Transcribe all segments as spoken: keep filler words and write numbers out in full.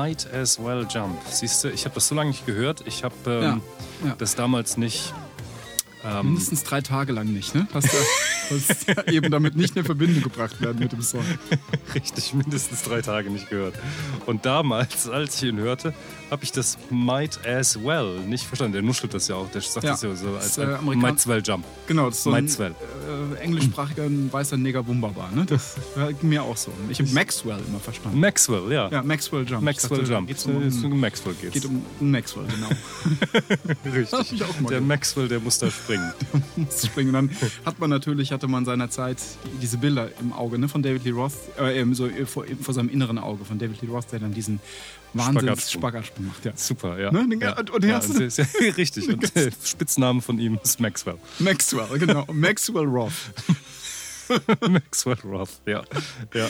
Might as well jump. Siehst du, ich habe das so lange nicht gehört. Ich habe ähm, Ja, ja. das damals nicht... Ähm, Mindestens drei Tage lang nicht, ne? Hast du hast ja eben damit nicht in Verbindung gebracht werden mit dem Song. Richtig, mindestens drei Tage nicht gehört. Und damals, als ich ihn hörte, habe ich das Might as well nicht verstanden. Der nuschelt das ja auch. Der sagt Ja, das ja so als das, äh, ein Amerikan- Might as well jump. Genau, das ist so ein Might as well. äh, englischsprachiger weißer Neger Wunderbar, ne? Das ging mir auch so. Ich habe Maxwell immer verstanden. Maxwell, ja. Ja, Maxwell Jump. Maxwell Ich dachte, Jump. Geht's Um, um, um Maxwell geht's. geht um, um Maxwell, genau. Richtig. Hab ich auch mal Der gehört. Maxwell, der muss da springen. Muss springen. Und dann hat man natürlich, hatte man seinerzeit diese Bilder im Auge, ne, von David Lee Roth, äh, eben so vor, vor seinem inneren Auge von David Lee Roth, der dann diesen Wahnsinns-Spagatsprung macht. Ja. Super, ja. Ne? Den, ja. Und, und ja, hast und du, sehr, sehr, richtig. Und der Spitzname von ihm ist Maxwell. Maxwell, genau. Maxwell Roth. Maxwell Roth, ja. ja.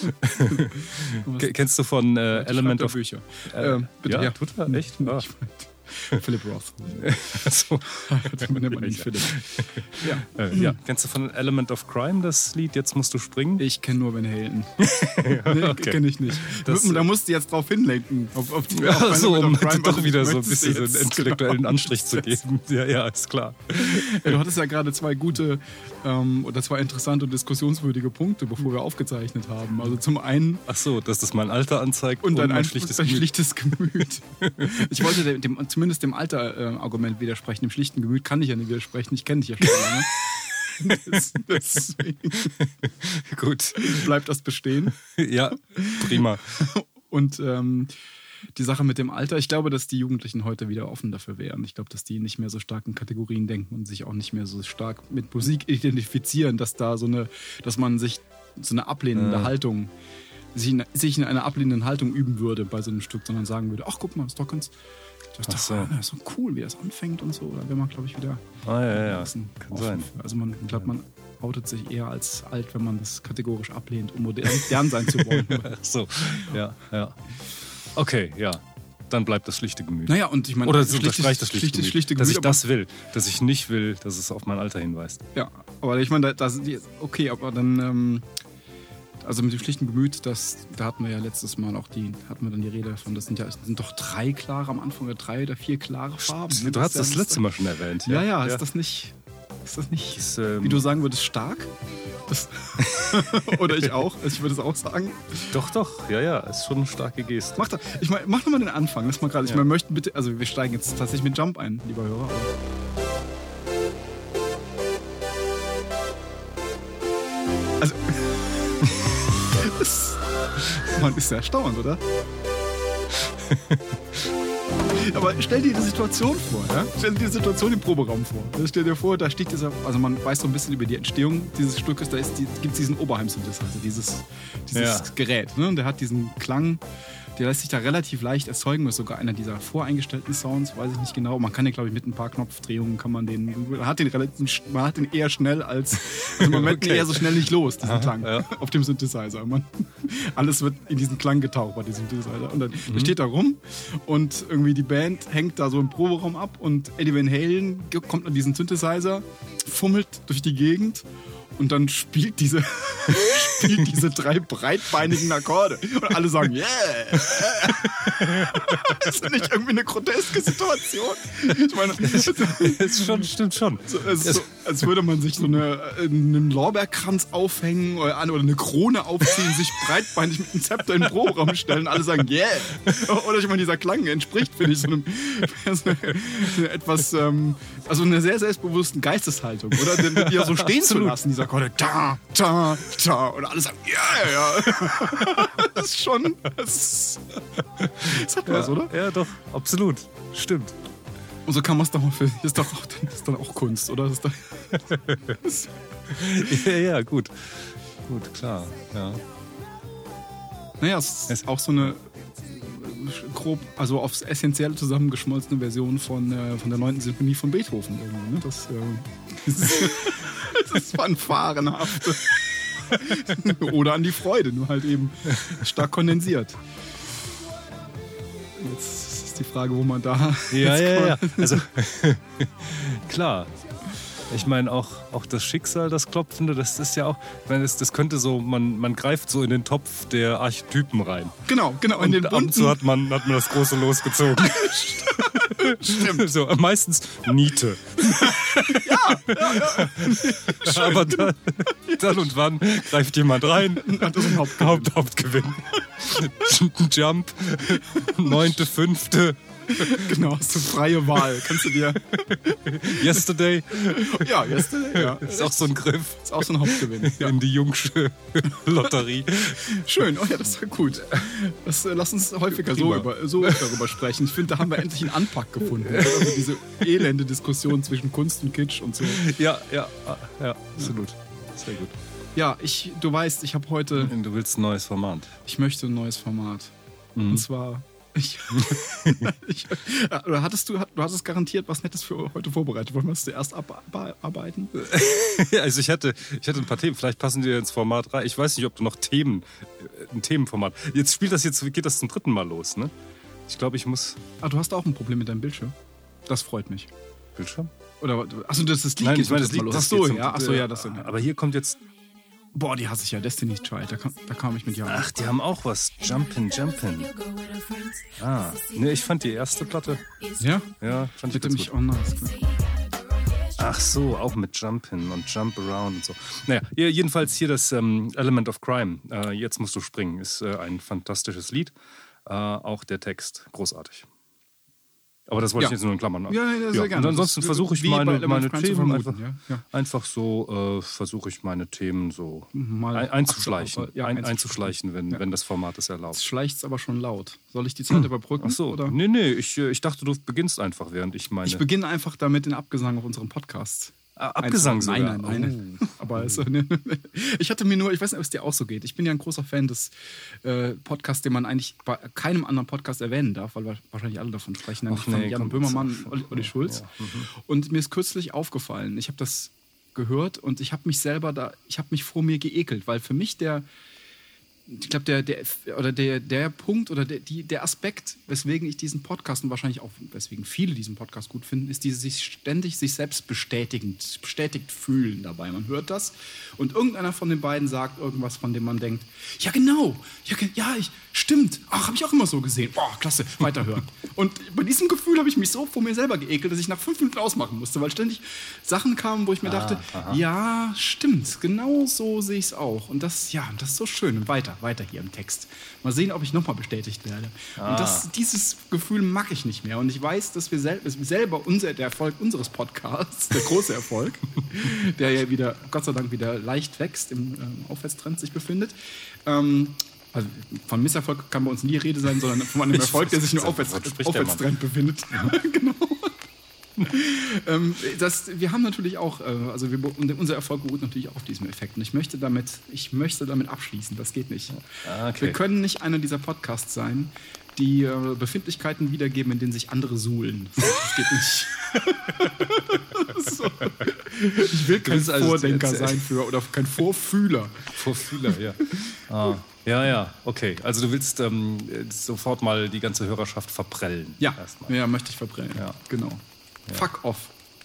K- Kennst du von äh, Element of... Bücher. Äh, ähm, bitte, ja, ja. tut er? Echt? Ah. Philip Roth. So. Das nennt man nicht Philipp. Ja. Äh, ja. Kennst du von Element of Crime das Lied Jetzt musst du springen? Ich kenne nur Van Halen. Nee, okay. kenne ich nicht. Das- da musst du jetzt drauf hinlenken. Auf, auf die, Ja, auf so, um Element of Crime, doch weil wieder du so ein möchtest bisschen so einen jetzt- intellektuellen genau. Anstrich zu geben. Ja, ja, ist klar. Ja, du hattest ja gerade zwei gute ähm, oder zwei interessante und diskussionswürdige Punkte, bevor wir aufgezeichnet haben. Also zum einen Ach so, dass das mein Alter anzeigt und dann mein ein schlichtes ein Gemüt. schlichtes Gemüt. Ich wollte dem, dem, zumindest dem Alter-Argument widersprechen. Dem schlichten Gemüt kann ich ja nicht widersprechen. Ich kenne dich ja schon lange. Das, deswegen Gut. bleibt das bestehen. Ja, prima. Und ähm, die Sache mit dem Alter, ich glaube, dass die Jugendlichen heute wieder offen dafür wären. Ich glaube, dass die nicht mehr so stark in Kategorien denken und sich auch nicht mehr so stark mit Musik identifizieren, dass da so eine, dass man sich so eine ablehnende Ja. Haltung, sich in, sich in einer ablehnenden Haltung üben würde bei so einem Stück, sondern sagen würde, ach guck mal, das ist doch ganz, das ist Ach doch, so. ah, das ist so cool, wie das anfängt und so. Da wäre man, glaube ich, wieder Ah, ja, ja. ein bisschen Kann offen sein. für. Also man, ich glaube, man outet sich eher als alt, wenn man das kategorisch ablehnt, um modern, modern sein zu wollen. Ach so, ja, ja. Okay, ja. Dann bleibt das schlichte Gemüt. Naja, und ich meine, Oder schlichtes- unterstreicht das schlichte, schlichtes- Gemüt, schlichte dass Gemüt, ich das will. Dass ich nicht will, dass es auf mein Alter hinweist. Ja, aber ich meine, da, da sind die, okay, aber dann, ähm, also mit dem schlichten Gemüt, das, da hatten wir ja letztes Mal auch die, hatten wir dann die Rede von, das sind ja das sind doch drei klare am Anfang, oder drei oder vier klare Farben. ne? Du hast ist das ja- letzte Mal schon erwähnt. Ja, ja, ist das nicht, ist das nicht, Das, ähm, wie du sagen würdest, stark? Das, oder ich auch, also ich würde es auch sagen. Doch, doch, ja, ja, ist schon eine starke Geste. Mach, da, ich mein, mach nochmal den Anfang, lass mal gerade, ich Ja. meine, möchten bitte, also wir steigen jetzt tatsächlich mit Jump ein, lieber Hörer. Aber also, das, man ist sehr erstaunt, oder? Aber stell dir die Situation vor, ja? Stell dir die Situation im Proberaum vor. Stell dir vor, da steht dieser, also man weiß so ein bisschen über die Entstehung dieses Stückes, da die, gibt es diesen Oberheim-Synthesizer, also dieses, dieses Ja. Gerät. Ne? Und der hat diesen Klang, der lässt sich da relativ leicht erzeugen. Das ist sogar einer dieser voreingestellten Sounds, weiß ich nicht genau. Man kann den, glaube ich, mit ein paar Knopfdrehungen kann man den, man hat den relativ, man hat den eher schnell als, also man wird Okay. den eher so schnell nicht los, diesen Klang, ja. auf dem Synthesizer. Man, alles wird in diesen Klang getaucht bei diesem Synthesizer. Und dann Mhm. der steht da rum und irgendwie die Band hängt da so im Proberaum ab und Eddie Van Halen kommt an diesen Synthesizer, fummelt durch die Gegend und dann spielt diese, spielt diese drei breitbeinigen Akkorde. Und alle sagen, yeah! Das ist nicht irgendwie eine groteske Situation. Ich meine, Das schon, stimmt schon. so, es ist so, als würde man sich so eine, einen Lorbeerkranz aufhängen oder, an- oder eine Krone aufziehen, sich breitbeinig mit einem Zepter in den Proberaum stellen. Alle sagen, yeah! Oder ich meine, dieser Klang entspricht, finde ich, so einem so eine, so eine etwas, ähm, also einer sehr selbstbewussten Geisteshaltung. Oder den, den ja so stehen zu Absolut. lassen, dieser Akkorde. Da, da, da. Und alle sagen, ja, ja. Das ist schon, das ist, das hat was, Ja, oder? ja, doch, absolut. Stimmt. Und so kann man es doch mal für, ist doch auch, das ist dann auch Kunst, oder? Das ist doch, das, Ja, ja, gut. Gut, klar. Ja. naja, es ist auch so eine äh, grob, also aufs Essentielle zusammengeschmolzene Version von, äh, von der neunten Sinfonie von Beethoven. Irgendwie, ne? Das, äh, das ist, das ist fanfarenhaft. Oder an die Freude, nur halt eben stark kondensiert. Jetzt ist die Frage, wo man da... Ja, jetzt ja, kann ja. man- Also, klar. Ich meine, auch, auch das Schicksal, das Klopfende, das ist ja auch, ich meine, das, das könnte so, man, man greift so in den Topf der Archetypen rein. Genau, genau. In Und den ab und zu hat man, hat man das große losgezogen. Stimmt. So, meistens Niete. Ja, ja, ja. Aber dann, dann und wann greift jemand rein. Das ist ein Hauptgewinn. Haupt, Hauptgewinn. Jump, neunte, fünfte. Genau, hast du freie Wahl. Kannst du dir... Yesterday. Ja, yesterday, ja. Ist auch so ein Griff. Ist auch so ein Hauptgewinn. Ja. In die Jungsche Lotterie. Schön, oh ja, das ist gut. Das, äh, lass uns häufiger so, über, so darüber sprechen. Ich finde, da haben wir endlich einen Anpack gefunden. Also diese elende Diskussion zwischen Kunst und Kitsch und so. Ja, ja, ja, absolut. Sehr gut. Ja, ich, du weißt, ich habe heute... Du willst ein neues Format. Ich möchte ein neues Format. Mhm. Und zwar... Ich, ich, oder hattest du, du hattest garantiert was Nettes für heute vorbereitet. Wollen wir es zuerst abarbeiten? Also ich hatte, ich hatte ein paar Themen, vielleicht passen die ins Format rein. Ich weiß nicht, ob du noch Themen, ein Themenformat. Jetzt spielt das jetzt, geht das zum dritten Mal los, ne? Ich glaube, ich muss. Ah, du hast auch ein Problem mit deinem Bildschirm. Das freut mich. Bildschirm? Oder, achso, das ist das Lied. Nein, ich meine, das Lied. Ach so, ja, ach so, ja, das sind. Aber hier kommt jetzt. Boah, die hasse ich ja, Destiny's Child, da kam, da kam ich mit Jahren. Ach, die haben auch was. Jumpin', Jumpin'. Ah, ne, ich fand die erste Platte. Ja? Ja, fand ich Bitte ganz mich gut. auch nice. Ach so, auch mit Jumpin' und Jump Around und so. Naja, jedenfalls hier das ähm, Element of Crime. Äh, Jetzt musst du springen. Ist äh, ein fantastisches Lied. Äh, auch der Text großartig. Aber das wollte Ja. ich jetzt nur in Klammern. Ja, ja, sehr ja. gerne. Und ansonsten Das ist versuche ich wie bei meine, Element meine of Crime zu Themen vermuten, einfach, ja, ja. einfach so, äh, versuche ich meine Themen so Mal ein, einzuschleichen. ja, ein, einzuschleichen. einzuschleichen, wenn, ja. wenn das Format es erlaubt. Jetzt schleicht's aber schon laut. Soll ich die Zeit überbrücken? Ach so, Oder? nee, nee, ich, äh, ich dachte, du beginnst einfach, während ich meine... Ich beginne einfach damit den Abgesang auf unserem Podcast. Ah, Abgesang Nein, sogar? nein, nein. Oh. Aber es, ne, ich hatte mir nur, ich weiß nicht, ob es dir auch so geht. Ich bin ja ein großer Fan des äh, Podcasts, den man eigentlich bei keinem anderen Podcast erwähnen darf, weil wir wahrscheinlich alle davon sprechen, nämlich Ach, nee, von Jan komm, Böhmermann und Olli, Olli Schulz. Ja, mhm. Und mir ist kürzlich aufgefallen, ich habe das gehört und ich habe mich selber da, ich habe mich vor mir geekelt, weil für mich der, ich glaube, der, der, oder der, der Punkt oder der, die, der Aspekt, weswegen ich diesen Podcast und wahrscheinlich auch, weswegen viele diesen Podcast gut finden, ist dieses sich ständig sich selbst bestätigend, bestätigt fühlen dabei. Man hört das und irgendeiner von den beiden sagt irgendwas, von dem man denkt, ja genau, ja, ja ich, stimmt, ach, habe ich auch immer so gesehen. Boah, klasse, weiterhören. Und bei diesem Gefühl habe ich mich so vor mir selber geekelt, dass ich nach fünf Minuten ausmachen musste, weil ständig Sachen kamen, wo ich mir Ah, dachte, aha. ja, stimmt, genau so sehe ich es auch. Und das, ja, das ist so schön. Und weiter, weiter hier im Text. Mal sehen, ob ich nochmal bestätigt werde. Ah. Und das, dieses Gefühl mag ich nicht mehr. Und ich weiß, dass wir sel selber, unser, der Erfolg unseres Podcasts, der große Erfolg, der ja wieder, Gott sei Dank, wieder leicht wächst, im ähm, Aufwärtstrend sich befindet. Ähm, also von Misserfolg kann bei uns nie Rede sein, sondern von einem Ich Erfolg, der sich nur weiß, Aufwärts, was spricht der Aufwärtstrend befindet. Genau. ähm, das, wir haben natürlich auch, äh, also wir, unser Erfolg beruht natürlich auch auf diesem Effekt. Und ich möchte damit, ich möchte damit abschließen. Das geht nicht. Ah, okay. Wir können nicht einer dieser Podcasts sein, die äh, Befindlichkeiten wiedergeben, in denen sich andere suhlen. Das geht nicht. So. Ich will kein also Vordenker jetzt- sein für oder kein Vorfühler. Vorfühler, ja. Ah. Ja, ja, okay. Also du willst ähm, sofort mal die ganze Hörerschaft verprellen. Ja, Erstmal. ja, möchte ich verbrennen. Ja. Genau. Fuck off.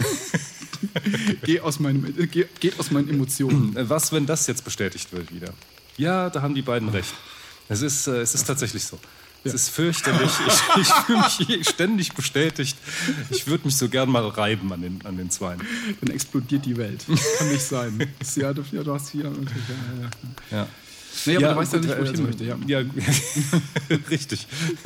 geh, aus meinem, geh, geht aus meinen Emotionen. Was, wenn das jetzt bestätigt wird wieder? Ja, da haben die beiden recht. Es ist, äh, es ist tatsächlich so. Es Ja. ist fürchterlich. Ich, ich fühle mich ständig bestätigt. Ich würde mich so gern mal reiben an den, an den Zweien. Dann explodiert die Welt. Kann nicht sein. Das, ja, du, ja, du hast hier. Ja, ja, ja. Ja. Nee, aber Ja, du weißt gut, ja nicht, wo ich also, hin möchte. Ja. Ja, richtig.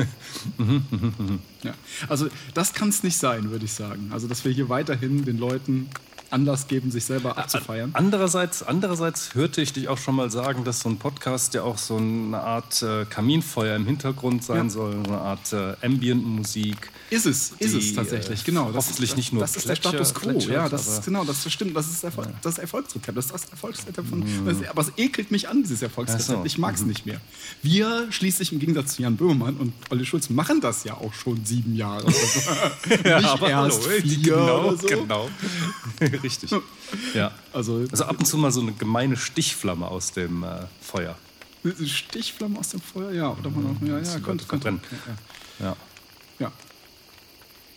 Ja. Also das kann es nicht sein, würde ich sagen. Also dass wir hier weiterhin den Leuten Anlass geben, sich selber abzufeiern. Andererseits, andererseits hörte ich dich auch schon mal sagen, dass so ein Podcast ja auch so eine Art äh, Kaminfeuer im Hintergrund sein Ja. soll, eine Art äh, Ambient-Musik. Ist es, ist die, es tatsächlich, äh, genau. Das hoffentlich ist, nicht nur Das ist der Plätscher- Status quo, plätschert, ja, das aber- ist, genau, das stimmt, das ist, Erfolg, das ist Erfolgsrezept, das ist das Erfolgsrezept von, das, aber es ekelt mich an, dieses Erfolgsrezept, Ach so. ich mag es nicht mehr. Wir schließlich im Gegensatz zu Jan Böhmermann und Olli Schulz machen das ja auch schon sieben Jahre. Oder so. Ja, nicht aber erst hallo, vier genau, oder so. genau. Richtig. Ja. Also, Also ab und zu mal so eine gemeine Stichflamme aus dem äh, Feuer. Stichflamme aus dem Feuer, ja, oder man auch, ja, ja, könnte, könnte. verbrennen. Ja, Ja. ja.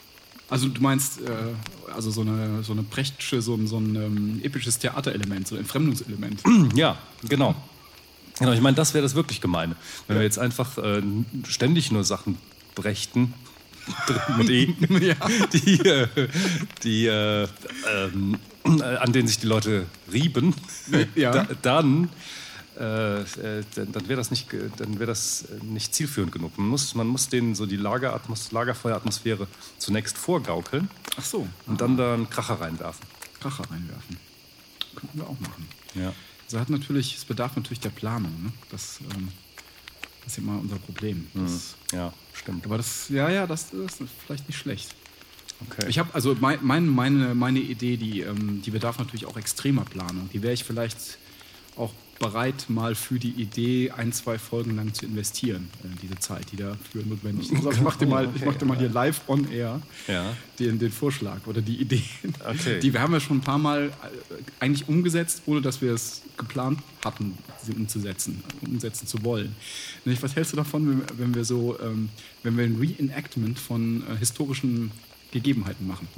Also du meinst, äh, also so eine, so eine Brechtsche, so ein, so ein ähm, episches Theaterelement, so ein Entfremdungselement. Ja, genau. Genau, ich meine, das wäre das wirklich Gemeine. Wenn ja. wir jetzt einfach äh, ständig nur Sachen brächten, mit E, ja. die, äh, die äh, ähm, an denen sich die Leute rieben, ja. da, dann, äh, dann, dann wäre das, nicht, dann wär das nicht zielführend genug. Man muss, man muss denen so die Lageratmos- Lagerfeueratmosphäre zunächst vorgaukeln. Ach so. Und dann da einen Kracher reinwerfen. Kracher reinwerfen. Könnten wir auch machen. Ja. Also hat natürlich, es bedarf natürlich der Planung. Ne? Das, ähm, das ist immer unser Problem. Das, ja, stimmt. Aber das, ja, ja, das, das ist vielleicht nicht schlecht. Okay. Ich habe also mein, mein, meine, meine Idee, die, ähm, die bedarf natürlich auch extremer Planung. Die wäre ich vielleicht auch bereit, mal für die Idee ein, zwei Folgen lang zu investieren, äh, diese Zeit, die dafür notwendig ist. Also ich mache dir mal, ich mach dir mal hier live on air ja. den, den Vorschlag oder die Ideen. Okay. Die wir haben ja schon ein paar Mal eigentlich umgesetzt, ohne dass wir es geplant hatten, sie umzusetzen, umsetzen zu wollen. Was hältst du davon, wenn wir so, ähm, wenn wir ein Reenactment von äh, historischen Gegebenheiten machen?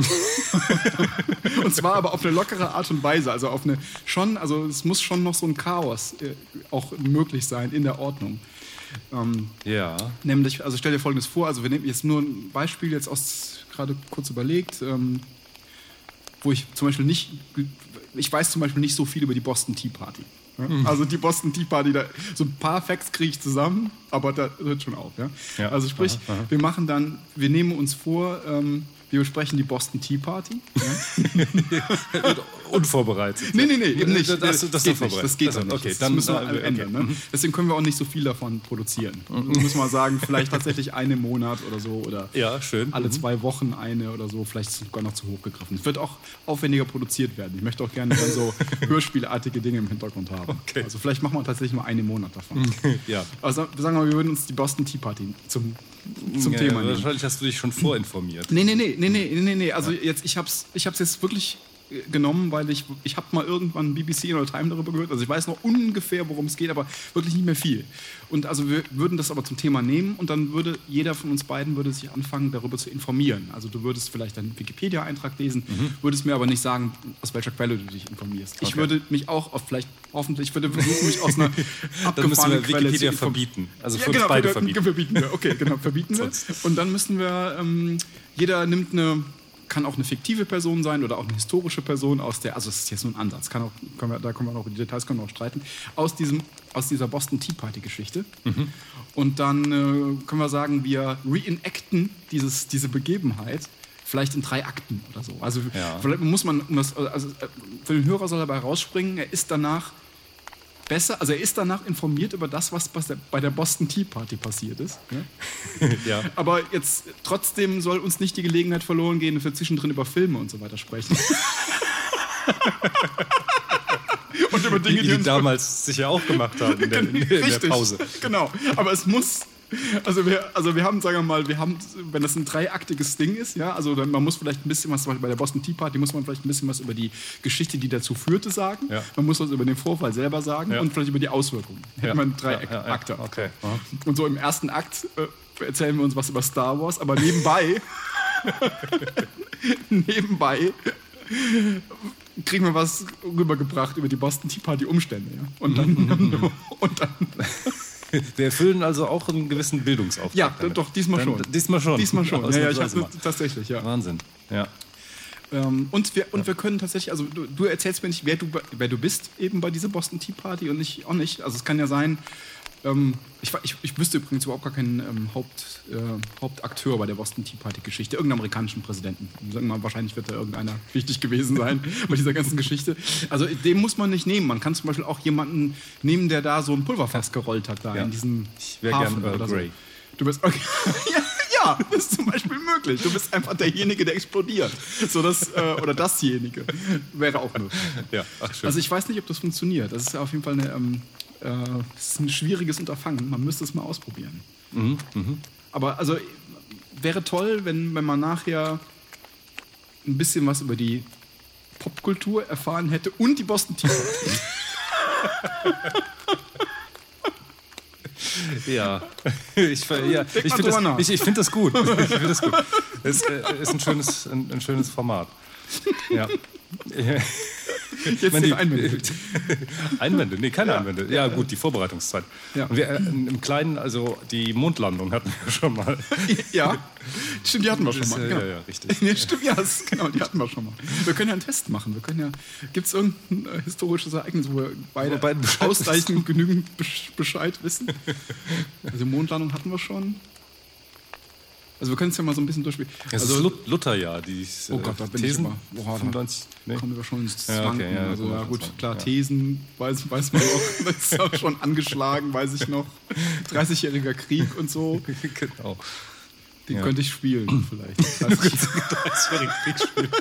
Und zwar aber auf eine lockere Art und Weise, also auf eine schon, also es muss schon noch so ein Chaos äh, auch möglich sein in der Ordnung. Ähm, ja. Nämlich, also stell dir Folgendes vor, also wir nehmen jetzt nur ein Beispiel jetzt aus, gerade kurz überlegt, ähm, wo ich zum Beispiel nicht, ich weiß zum Beispiel nicht so viel über die Boston Tea Party. Ja? Mhm. Also die Boston Tea Party, da, so ein paar Facts kriege ich zusammen, aber da hört schon auf. Ja? Ja. Also sprich, aha, aha. wir machen dann, wir nehmen uns vor, ähm, wir besprechen die Boston Tea Party. Ja? Unvorbereitet. Nee, nee, nee, eben nicht. Das, das, das, geht nicht. das geht also, nicht. Okay, das dann müssen wir okay. ändern. Ne? Deswegen können wir auch nicht so viel davon produzieren. Mhm. Muss man sagen, vielleicht tatsächlich einen im Monat oder so. Oder ja, schön. alle mhm. zwei Wochen eine oder so. Vielleicht sogar noch zu hoch gegriffen. Es wird auch aufwendiger produziert werden. Ich möchte auch gerne dann so hörspielartige Dinge im Hintergrund haben. Okay. Also vielleicht machen wir tatsächlich mal einen im Monat davon. Ja. Also sagen wir mal, wir würden uns die Boston Tea Party zum, zum ja, Thema nehmen. Wahrscheinlich hast du dich schon vorinformiert. Nee, nee, nee, nee, nee, nee, nee. Also ja. jetzt, ich hab's, ich hab's jetzt wirklich genommen, weil ich, ich habe mal irgendwann B B C oder Time darüber gehört. Also ich weiß noch ungefähr, worum es geht, aber wirklich nicht mehr viel. Und also wir würden das aber zum Thema nehmen und dann würde jeder von uns beiden würde sich anfangen, darüber zu informieren. Also du würdest vielleicht einen Wikipedia-Eintrag lesen, mhm. würdest mir aber nicht sagen, aus welcher Quelle du dich informierst. Okay. Ich würde mich auch auf vielleicht, hoffentlich, würde versuchen, mich aus einer abgefahrenen Quelle Wikipedia zu verbieten. Also für ja, genau, uns beide wir, verbieten. verbieten wir. Okay, genau, verbieten wir. Und dann müssten wir, ähm, jeder nimmt eine, kann auch eine fiktive Person sein oder auch eine historische Person aus der, also es ist jetzt nur ein Ansatz, kann auch, können wir, da können wir noch, die Details können wir auch streiten, aus, diesem, aus dieser Boston Tea Party Geschichte. Mhm. Und dann äh, können wir sagen, wir reenacten dieses, diese Begebenheit vielleicht in drei Akten oder so. Also ja. vielleicht muss man, also für den Hörer soll dabei rausspringen, er ist danach besser, also er ist danach informiert über das, was bei der Boston Tea Party passiert ist. Ne? Ja. Aber jetzt trotzdem soll uns nicht die Gelegenheit verloren gehen, dass wir zwischendrin über Filme und so weiter sprechen. Und über Dinge, die, die, die damals sicher auch gemacht haben in der, in der Richtig, Pause. Genau, aber es muss. Also wir, also wir haben, sagen wir mal, wir haben, wenn das ein dreiaktiges Ding ist, ja, also dann, man muss vielleicht ein bisschen was, bei der Boston Tea Party muss man vielleicht ein bisschen was über die Geschichte, die dazu führte, sagen. Ja. Man muss was über den Vorfall selber sagen ja. und vielleicht über die Auswirkungen. Hätte ja. man drei ja, ja, ja. Akte. Okay. Und so im ersten Akt äh, erzählen wir uns was über Star Wars, aber nebenbei, nebenbei kriegen wir was rübergebracht über die Boston Tea Party Umstände. Ja? Und dann, und dann wir erfüllen also auch einen gewissen Bildungsauftrag. Ja, damit. Doch, diesmal schon. Dann, diesmal schon. Diesmal schon. Ja, ja, ich hatte, tatsächlich, ja. Wahnsinn, ja. Ähm, und wir, und ja. wir können tatsächlich, also du, du erzählst mir nicht, wer du, wer du bist eben bei dieser Boston Tea Party und ich auch nicht. Also es kann ja sein, ähm, ich, ich, ich wüsste übrigens überhaupt gar keinen ähm, Haupt, äh, Hauptakteur bei der Boston Tea Party Geschichte, irgendeinen amerikanischen Präsidenten. Sagen wir mal, wahrscheinlich wird da irgendeiner wichtig gewesen sein bei dieser ganzen Geschichte. Also den muss man nicht nehmen. Man kann zum Beispiel auch jemanden nehmen, der da so ein Pulverfass gerollt hat, da ja. in diesem Ich wäre gern Earl Grey. So. Du bist okay. ja, ja, das ist zum Beispiel möglich. Du bist einfach derjenige, der explodiert. So das, äh, oder dasjenige. Wäre auch möglich. Ja, ach schön. Also ich weiß nicht, ob das funktioniert. Das ist auf jeden Fall eine, ähm, äh, das ist ein schwieriges Unterfangen. Man müsste es mal ausprobieren. Mhm, mh. Aber also wäre toll, wenn, wenn man nachher ein bisschen was über die Popkultur erfahren hätte und die Boston Tea Party. Ja, ich, ja. ich finde das, ich, ich find das gut. Ich find das gut. ist, äh, ist ein, schönes, ein, ein schönes Format. Ja. Jetzt die Einwände. Einwände? Nee, keine ja. Einwände. Ja, gut, die Vorbereitungszeit. Ja. Und wir, äh, im Kleinen, also die Mondlandung hatten wir schon mal. Ja, stimmt, die hatten wir schon Das, mal. äh, Genau. Ja, ja, richtig. Nee, stimmt, ja, das, genau, die hatten wir schon mal. Wir können ja einen Test machen. Wir können ja, gibt es irgendein äh, historisches Ereignis, wo wir beide, Wo beide Bescheid ausreichend genügend Besch- Bescheid wissen? Also Mondlandung hatten wir schon. Also wir können es ja mal so ein bisschen durchspielen. Das Also, ist Lut- Lutherjahr. Die ist, oh Gott, da bin Thesen, ich immer. Boah, da fünfundneunzig, nee. kommen wir schon ins Ja, Zwanken. okay, ja, also kommen wir ja schon gut, ins klar, Zwanken, ja. Thesen weiß, weiß man auch. Das ist auch schon angeschlagen, weiß ich noch. dreißigjähriger Krieg und so. Genau. Den Ja. könnte ich spielen vielleicht. dreißigjährigen Kriegsspiel.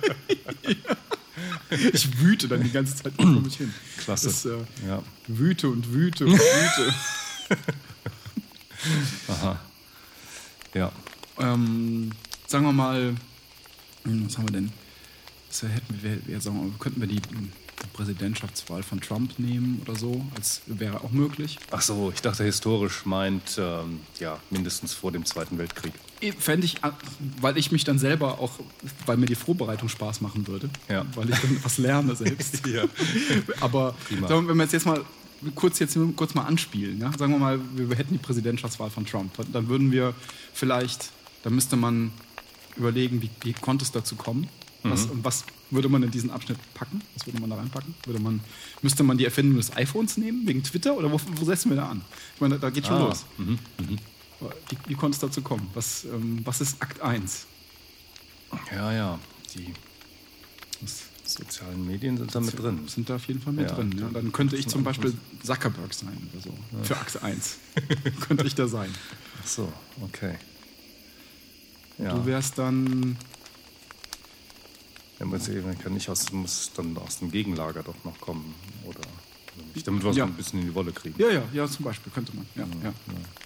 Ich wüte dann die ganze Zeit vor mich hin. Klasse. Das, äh, Ja. wüte und wüte und wüte. Aha. Ja. ähm, sagen wir mal, hm, was haben wir denn? Das hätten wir, ja, sagen wir mal, könnten wir die, die Präsidentschaftswahl von Trump nehmen oder so, als wäre auch möglich. Ach so, ich dachte historisch meint, ähm, ja, mindestens vor dem Zweiten Weltkrieg. Fände ich, weil ich mich dann selber auch, weil mir die Vorbereitung Spaß machen würde, Ja. weil ich dann was lerne selbst. Ja. Aber Prima. sagen wir, wenn wir jetzt, jetzt mal kurz, jetzt kurz mal anspielen, ja? Sagen wir mal, wir, wir hätten die Präsidentschaftswahl von Trump, dann, dann würden wir vielleicht, da müsste man überlegen, wie, wie konnte es dazu kommen? Was, Mhm. und was würde man in diesen Abschnitt packen? Was würde man da reinpacken? Würde man, müsste man die Erfindung des iPhones nehmen, wegen Twitter? Oder wo, wo setzen wir da an? Ich meine, da geht schon Ah. los. Mhm. Mhm. Wie, wie konnte es dazu kommen? Was, ähm, was ist Akt eins? Ja, ja, die sozialen Medien sind da mit drin. Sind da auf jeden Fall mit Ja, drin. Ja. Dann könnte ich zum Beispiel Zuckerberg sein oder so. Für Akt eins könnte ich da sein. Ach so, okay. Ja. Du wärst dann... Ja, man kann nicht aus, muss dann aus dem Gegenlager doch noch kommen. Oder nicht, damit wir es Ja. ein bisschen in die Wolle kriegen. Ja, ja, ja, zum Beispiel könnte man. Ja, ja.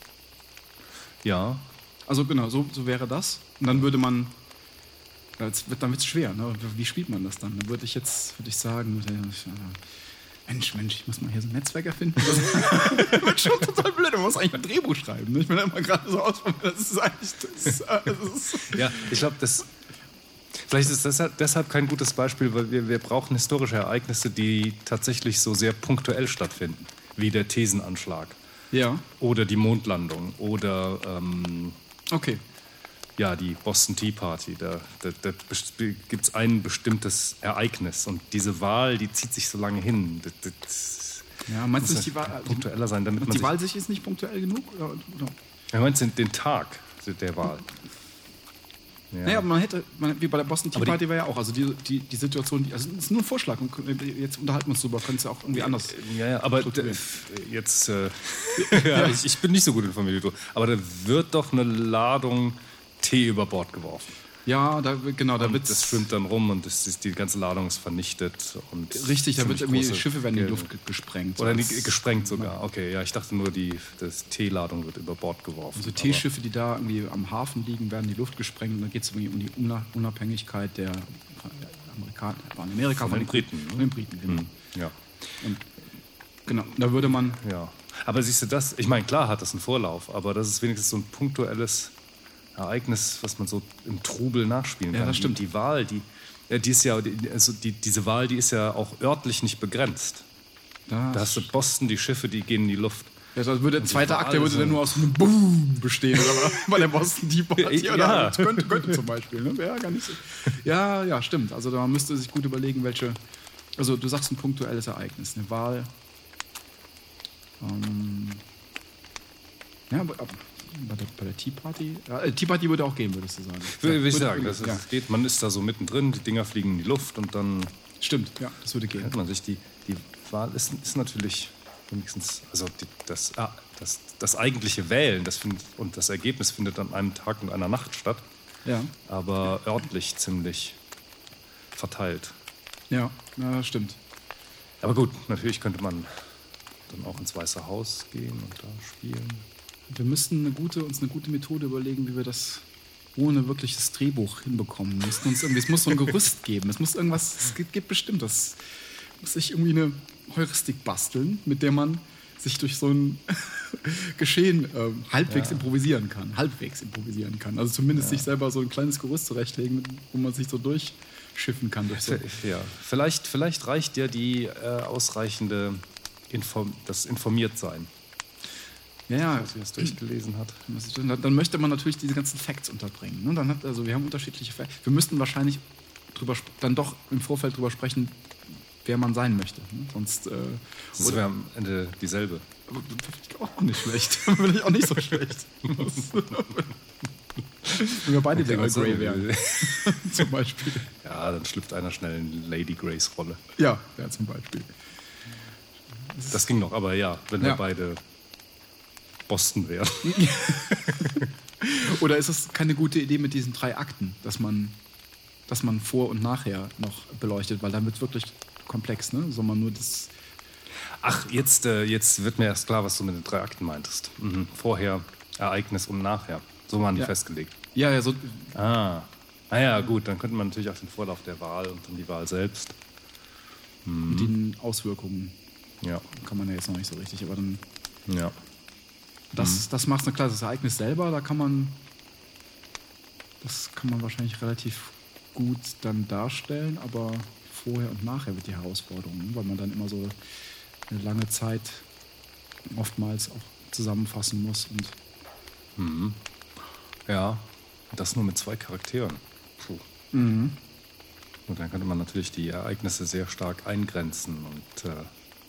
Ja, Also genau, so, so wäre das. Und dann würde man... Ja, jetzt wird, dann wird es schwer. Ne? Wie spielt man das dann? Dann würde ich jetzt würde ich sagen... äh, Mensch, Mensch, ich muss mal hier so ein Netzwerk erfinden. Das wird schon total blöd. Man muss eigentlich ein Drehbuch schreiben. Ne? Ich bin da immer gerade so aus. Das ist eigentlich... Das ist, das ist ja, ich glaube, das. Vielleicht ist das deshalb kein gutes Beispiel, weil wir, wir brauchen historische Ereignisse, die tatsächlich so sehr punktuell stattfinden, wie der Thesenanschlag ja, oder die Mondlandung oder ähm, okay. ja, die Boston Tea Party. Da, da, da gibt es ein bestimmtes Ereignis und diese Wahl, die zieht sich so lange hin. Das, das Ja, meinst du muss nicht, die Wahl, punktueller sein, damit und man die sich, Wahl sich ist nicht punktuell genug? Oder, oder? ja, meinst du den Tag der Wahl? Ja. Naja, aber man hätte, man, wie bei der Boston Tea Aber die- Party war ja auch, also die, die, die Situation, die, also das ist nur ein Vorschlag und jetzt unterhalten wir uns drüber, können es ja auch irgendwie anders. Ja, ja, aber d- strukturieren. jetzt, äh, ja, ich, ich bin nicht so gut informiert wie du, aber da wird doch eine Ladung Tee über Bord geworfen. Ja, da, genau, da Und wird das schwimmt dann rum und das ist, die ganze Ladung ist vernichtet. Und richtig, da wird ziemlich irgendwie, große Schiffe werden in die Gel- Luft ge- gesprengt. Oder So die, als- gesprengt sogar. Okay, ja, ich dachte nur, die das Teeladung wird über Bord geworfen. Also Aber- Teeschiffe, die da irgendwie am Hafen liegen, werden in die Luft gesprengt und dann geht es irgendwie um die Una- Unabhängigkeit der Amerikaner, waren Amerika Von den die- Briten, ne? Von den Briten, genau. Hm, ja. Genau, da würde man, Ja, aber siehst du das, ich meine, klar hat das einen Vorlauf, aber das ist wenigstens so ein punktuelles Ereignis, was man so im Trubel nachspielen Ja, kann. das stimmt. Die, die Wahl, die, ja, die ist ja, die, also die, diese Wahl, die ist ja auch örtlich nicht begrenzt. da, Da hast du Boston, die Schiffe, die gehen in die Luft. ja, das würde, der zweite Wahl Akt, der würde so- dann nur aus einem Boom bestehen, oder bei der Boston Tea Party, Ja. oder? Könnte, könnte zum Beispiel, ne? Ja, gar nicht so. Ja, ja, stimmt. Also da müsste sich gut überlegen, welche, also du sagst ein punktuelles Ereignis, eine Wahl. Ähm, ja, aber, aber bei der, bei der Tea Party, ja, äh, Tea Party würde auch gehen, würdest du sagen. Will, will ich Würde- sagen, das, ist, ja, das geht, man ist da so mittendrin, die Dinger fliegen in die Luft und dann stimmt, ja, das würde gehen. hört man sich die, die Wahl ist, ist natürlich wenigstens, also die, das, ah, das, das eigentliche Wählen das find, und das Ergebnis findet an einem Tag und einer Nacht statt, Ja, aber örtlich ziemlich verteilt. ja, ja, das stimmt. Aber gut, natürlich könnte man dann auch ins Weiße Haus gehen und da spielen. Wir müssten eine gute, uns eine gute Methode überlegen, wie wir das ohne wirkliches Drehbuch hinbekommen. Wir müssten uns irgendwie, es muss so ein Gerüst geben. Es muss irgendwas, es gibt, gibt bestimmt das. Muss sich irgendwie eine Heuristik basteln, mit der man sich durch so ein Geschehen ähm, halbwegs Ja. improvisieren kann. Halbwegs improvisieren kann. Also zumindest Ja. sich selber so ein kleines Gerüst zurechtlegen, wo man sich so durchschiffen kann. Durch so. Ja, vielleicht, vielleicht reicht ja die äh, ausreichende Inform das Informiertsein, Ja, ja. dass sie das durchgelesen hat. Dann, dann möchte man natürlich diese ganzen Facts unterbringen. Ne? Dann hat, also wir haben unterschiedliche Facts. Wir müssten wahrscheinlich drüber, sp- dann doch im Vorfeld drüber sprechen, wer man sein möchte. Ne? Sonst äh, Das wäre am Ende dieselbe. aber das finde ich auch nicht schlecht. Finde ich auch nicht so schlecht. Wenn wir beide Okay, Daniel also, Grey wären, zum Beispiel. Ja, dann schlüpft einer schnell in Lady Greys Rolle. Ja, ja, zum Beispiel. Das ging noch, aber ja, wenn Ja. wir beide Boston wären. Oder ist es keine gute Idee mit diesen drei Akten, dass man, dass man vor und nachher noch beleuchtet, weil dann wird es wirklich komplex, ne? Soll man nur das. Ach, jetzt, äh, jetzt wird mir erst klar, was du mit den drei Akten meintest. Mhm. Vorher, Ereignis und nachher. So waren die Ja. festgelegt. Ja, ja, so. Ah. Naja, gut, dann könnte man natürlich auch den Vorlauf der Wahl und dann die Wahl selbst. Mit den Auswirkungen Ja, kann man ja jetzt noch nicht so richtig, aber dann. ja. Das, das macht eine klar, das Ereignis selber, da kann man. Das kann man wahrscheinlich relativ gut dann darstellen, aber vorher und nachher wird die Herausforderung, ne? Weil man dann immer so eine lange Zeit oftmals auch zusammenfassen muss und. Mhm. Ja, das nur mit zwei Charakteren. Puh. Mhm. Und dann könnte man natürlich die Ereignisse sehr stark eingrenzen und äh,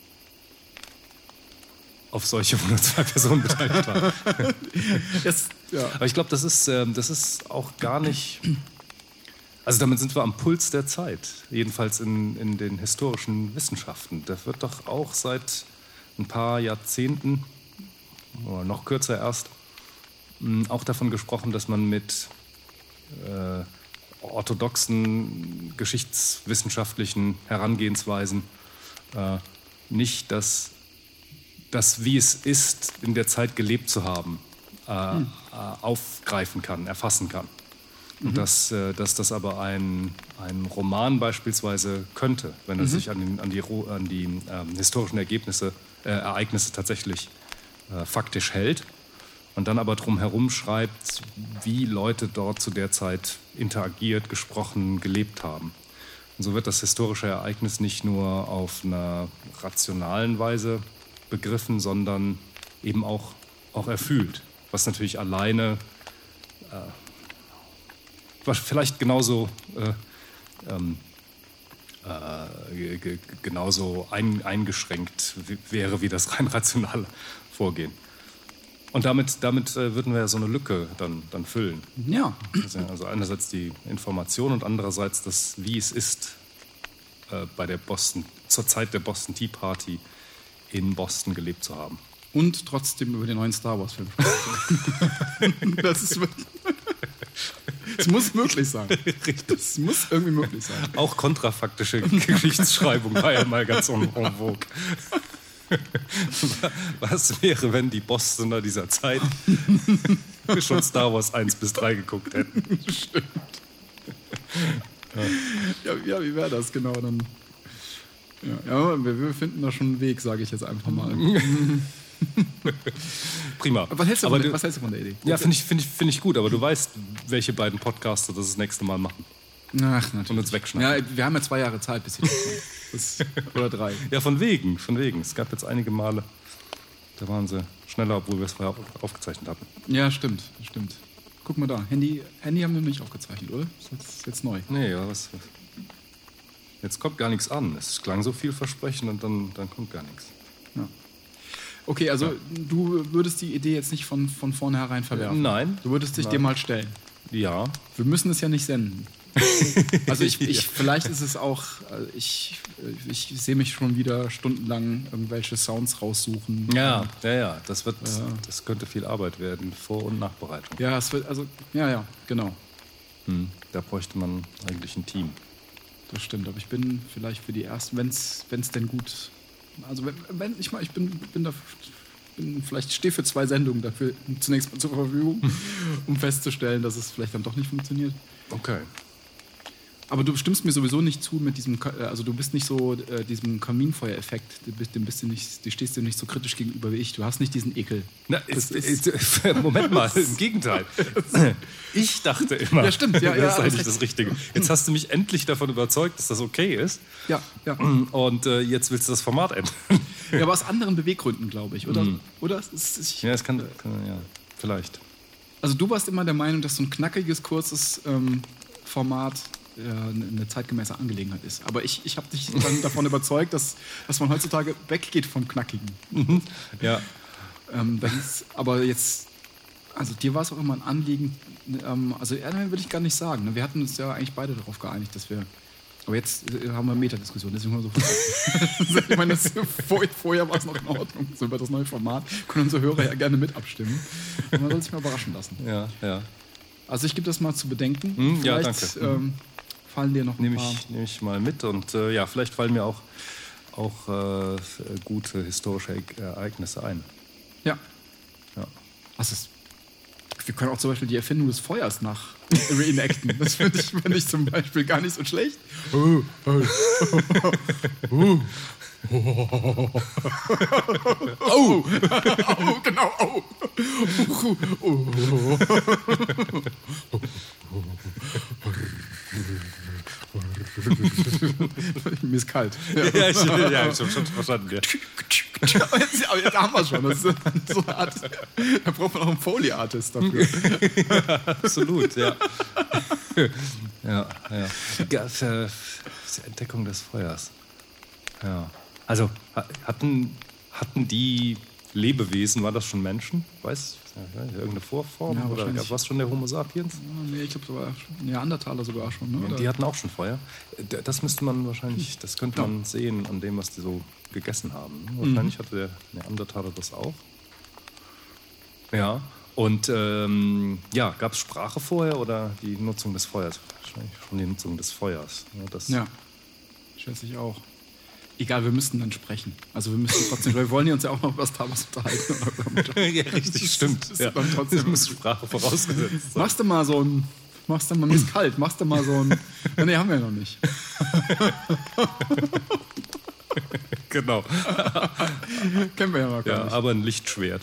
auf solche, wo nur zwei Personen beteiligt waren. Yes, ja. Aber ich glaube, das ist, ähm, das ist auch gar nicht. Also damit sind wir am Puls der Zeit, jedenfalls in, in den historischen Wissenschaften. Da wird doch auch seit ein paar Jahrzehnten, oder noch kürzer erst, mh, auch davon gesprochen, dass man mit äh, orthodoxen geschichtswissenschaftlichen Herangehensweisen äh, nicht das, das, wie es ist, in der Zeit gelebt zu haben, äh, hm. äh, aufgreifen kann, erfassen kann. Und mhm. dass, äh, dass das aber ein, ein Roman beispielsweise könnte, wenn er mhm. sich an, den, an die, an die ähm, historischen Ergebnisse, äh, Ereignisse tatsächlich äh, faktisch hält und dann aber drumherum schreibt, wie Leute dort zu der Zeit interagiert, gesprochen, gelebt haben. Und so wird das historische Ereignis nicht nur auf einer rationalen Weise begriffen, sondern eben auch, auch erfühlt, was natürlich alleine äh, was vielleicht genauso, äh, ähm, äh, g- genauso ein, eingeschränkt w- wäre wie das rein rationale Vorgehen. Und damit, damit äh, würden wir ja so eine Lücke dann, dann füllen. Ja. Also, also einerseits die Information und andererseits das, wie es ist, äh, bei der Boston, zur Zeit der Boston Tea Party in Boston gelebt zu haben. Und trotzdem über den neuen Star Wars Film sprechen. Das ist es muss möglich sein. Es muss irgendwie möglich sein. Auch kontrafaktische Geschichtsschreibung war ja mal ganz en en vogue. Was wäre, wenn die Bostoner dieser Zeit schon Star Wars eins bis drei geguckt hätten? Stimmt. Ja, ja, wie wäre das genau dann? Ja, ja, wir, wir finden da schon einen Weg, sage ich jetzt einfach mal. Prima. Was hältst du, aber von, der, du, was hältst du von der Idee? Ja, finde ich, find ich, find ich gut, aber du weißt, welche beiden Podcaster das das nächste Mal machen. Ach, natürlich. Und uns wegschneiden. Ja, wir haben ja zwei Jahre Zeit, bis sie das kommen. Oder drei. Ja, von wegen, von wegen. Es gab jetzt einige Male, da waren sie schneller, obwohl wir es vorher aufgezeichnet hatten. Ja, stimmt, stimmt. Guck mal da, Handy, Handy haben wir nicht aufgezeichnet, oder? Das ist jetzt neu. Nee, ja, was, was. Jetzt kommt gar nichts an. Es klang so vielversprechend und dann, dann kommt gar nichts. Ja. Okay, also ja. Du würdest die Idee jetzt nicht von, von vornherein verwerfen? Nein. Du würdest dich Nein. dir mal stellen? Ja. Wir müssen es ja nicht senden. Also ich, ich vielleicht ist es auch, ich, ich sehe mich schon wieder stundenlang irgendwelche Sounds raussuchen. Ja, ja, ja. Das wird, ja. das könnte viel Arbeit werden, Vor- und Nachbereitung. Ja, es wird, also, ja, ja, genau. Hm, da bräuchte man eigentlich ein Team. Das stimmt, aber ich bin vielleicht für die ersten, wenn es denn gut, also wenn, wenn ich mal, ich bin, bin da, bin vielleicht stehe für zwei Sendungen dafür zunächst mal zur Verfügung, um festzustellen, dass es vielleicht dann doch nicht funktioniert. Okay. Aber du stimmst mir sowieso nicht zu mit diesem, also du bist nicht so äh, diesem Kaminfeuereffekt, du bist, dem bist du nicht, du stehst dir nicht so kritisch gegenüber wie ich. Du hast nicht diesen Ekel. Na, ist, ist, ist, Moment mal, im Gegenteil. Ich dachte immer, ja, stimmt, ja, das ja, ist eigentlich das Richtige. Jetzt hast du mich endlich davon überzeugt, dass das okay ist. Ja, ja. Und äh, jetzt willst du das Format ändern. Ja, aber aus anderen Beweggründen, glaube ich, oder? Mhm. Oder? Ist, ich, ja, es kann, kann, ja, vielleicht. Also du warst immer der Meinung, dass so ein knackiges, kurzes ähm, Format eine zeitgemäße Angelegenheit ist. Aber ich, ich habe dich dann davon überzeugt, dass, dass man heutzutage weggeht vom Knackigen. Mhm. Ja. Ähm, das ist, aber jetzt, also dir war es auch immer ein Anliegen, ähm, also eher würde ich gar nicht sagen. Ne? Wir hatten uns ja eigentlich beide darauf geeinigt, dass wir, aber jetzt haben wir eine Metadiskussion, deswegen haben wir so ich meine, das, vor, vorher war es noch in Ordnung, so über das neue Format, können unsere Hörer ja gerne mit abstimmen. Und man soll sich mal überraschen lassen. Ja, ja. Also ich gebe das mal zu bedenken. Mhm, ja, Vielleicht, danke. Ähm, fallen dir noch ein Nehme paar... ich, nehm ich mal mit und äh, ja, vielleicht fallen mir auch, auch äh, gute historische Ereignisse ein. Ja. Ja. Also es, wir können auch zum Beispiel die Erfindung des Feuers nach reenacten. Das finde ich, find ich zum Beispiel gar nicht so schlecht. Oh, oh, oh, oh, oh, oh, genau, oh. Oh. Mir ist kalt. Ja, ja, ich, ja, ich habe schon verstanden. Ja. Aber jetzt, aber jetzt haben wir schon. Das ist so eine Art, da braucht man auch einen Foley-Artist dafür. Ja, absolut, ja. Ja, ja. ja für, für die Entdeckung des Feuers. Ja. Also hatten, hatten die Lebewesen, war das schon Menschen? Weiß irgendeine Vorform? Ja, oder gab es schon der Homo sapiens? Ja, nee, ich glaube, sogar Neandertaler sogar schon. Ne? Ja, die hatten auch schon Feuer. Das müsste man wahrscheinlich, das könnte man sehen an dem, was die so gegessen haben. Wahrscheinlich mhm. hatte der Neandertaler das auch. Ja. Und ähm, ja, gab es Sprache vorher oder die Nutzung des Feuers? Wahrscheinlich schon die Nutzung des Feuers. Ja, das ja, schätze ich auch. Egal, wir müssten dann sprechen. Also wir müssen trotzdem, wir wollen uns ja auch noch über das Tapas unterhalten. Ja, richtig, stimmt. Das, ja. Dann trotzdem muss Sprache vorausgesetzt sein. Machst du mal so ein, machst du mal, mir ist kalt, machst du mal so ein, ja, nee, haben wir ja noch nicht. Genau. Kennen wir ja noch gar ja, nicht. Aber ein Lichtschwert.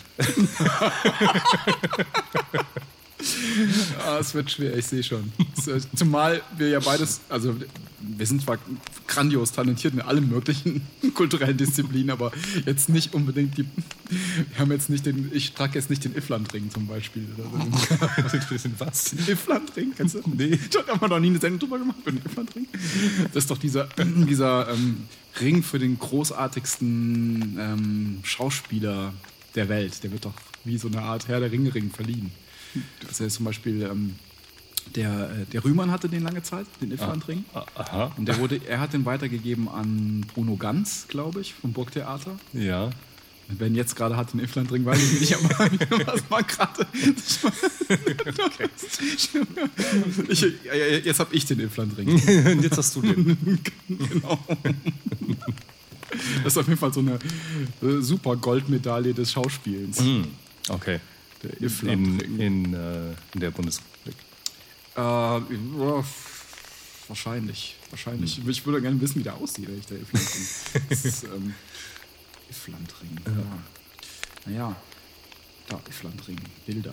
Ah, es wird schwer, ich sehe schon. Zumal wir ja beides, also wir sind zwar grandios talentiert in allen möglichen kulturellen Disziplinen, aber jetzt nicht unbedingt die, wir haben jetzt nicht den, ich trage jetzt nicht den Ifland-Ring zum Beispiel. Was? Den Ifland-Ring, kennst du? Nee. Da haben wir noch nie eine Sendung drüber gemacht, über den Ifland-Ring. Das ist doch dieser, dieser ähm, Ring für den großartigsten ähm, Schauspieler der Welt. Der wird doch wie so eine Art Herr der Ringe-Ring verliehen. Das ist zum Beispiel ähm, der, der Rühmann hatte den lange Zeit, den Ifland-Ring. Ah, aha. Und der wurde, er hat den weitergegeben an Bruno Ganz, glaube ich, vom Burgtheater. Ja. Und wenn jetzt gerade hat den Ifland-Ring, weiß ich nicht, aber was war gerade. Okay. Ich, jetzt habe ich den Ifland-Ring. Und jetzt hast du den. Genau. Das ist auf jeden Fall so eine äh, super Goldmedaille des Schauspielens. Mm, okay. Der In, in, äh, in der Bundesrepublik. Äh, ja, wahrscheinlich. Wahrscheinlich. Hm. Ich würde gerne wissen, wie der aussieht, der Ifland-Ring. Das ist, ähm, Ifland-Ring. Ja. Ja. Naja, da, Ifland-Ring. Bilder.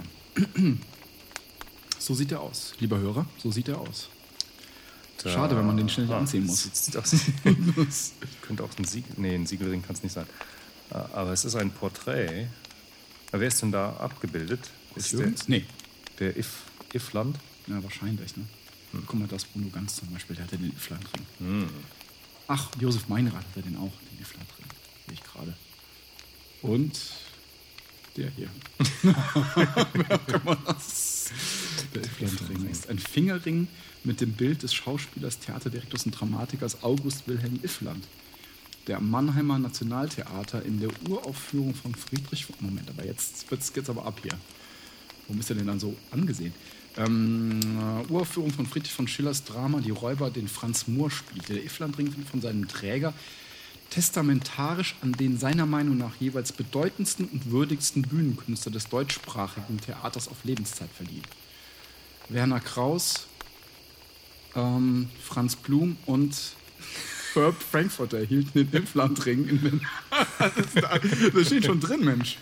So sieht er aus. Lieber Hörer, so sieht er aus. Da. Schade, wenn man den schnell ah, anziehen muss. Sieht, sieht aus. Könnte auch ein Siegel. Nee, ein Siegelring kann es nicht sein. Aber es ist ein Porträt. Wer ist denn da abgebildet? Ist der, nee. Der If, Ifland? Ja, wahrscheinlich. Ne? Hm. Guck mal, das Bruno Ganz zum Beispiel, der hat ja den Ifland-Ring. Hm. Ach, Josef Meinrad hat ja den auch, den Ifland-Ring. Sehe ich gerade. Und der hier. Wer kann man das? Der Ifland-Ring ist ein Fingerring mit dem Bild des Schauspielers, Theaterdirektors und Dramatikers August Wilhelm Iffland, der am Mannheimer Nationaltheater in der Uraufführung von Friedrich... Moment, aber jetzt wird es aber ab hier. Warum ist er denn dann so angesehen? Ähm, Uraufführung von Friedrich von Schillers Drama Die Räuber, den Franz Mohr spielte. Der Ifland-Ring wird von seinem Träger testamentarisch an den seiner Meinung nach jeweils bedeutendsten und würdigsten Bühnenkünstler des deutschsprachigen Theaters auf Lebenszeit verliehen. Werner Kraus, ähm, Franz Blum und Herb Frankfurter hielten den Impflandring in den... da, das steht schon drin, Mensch.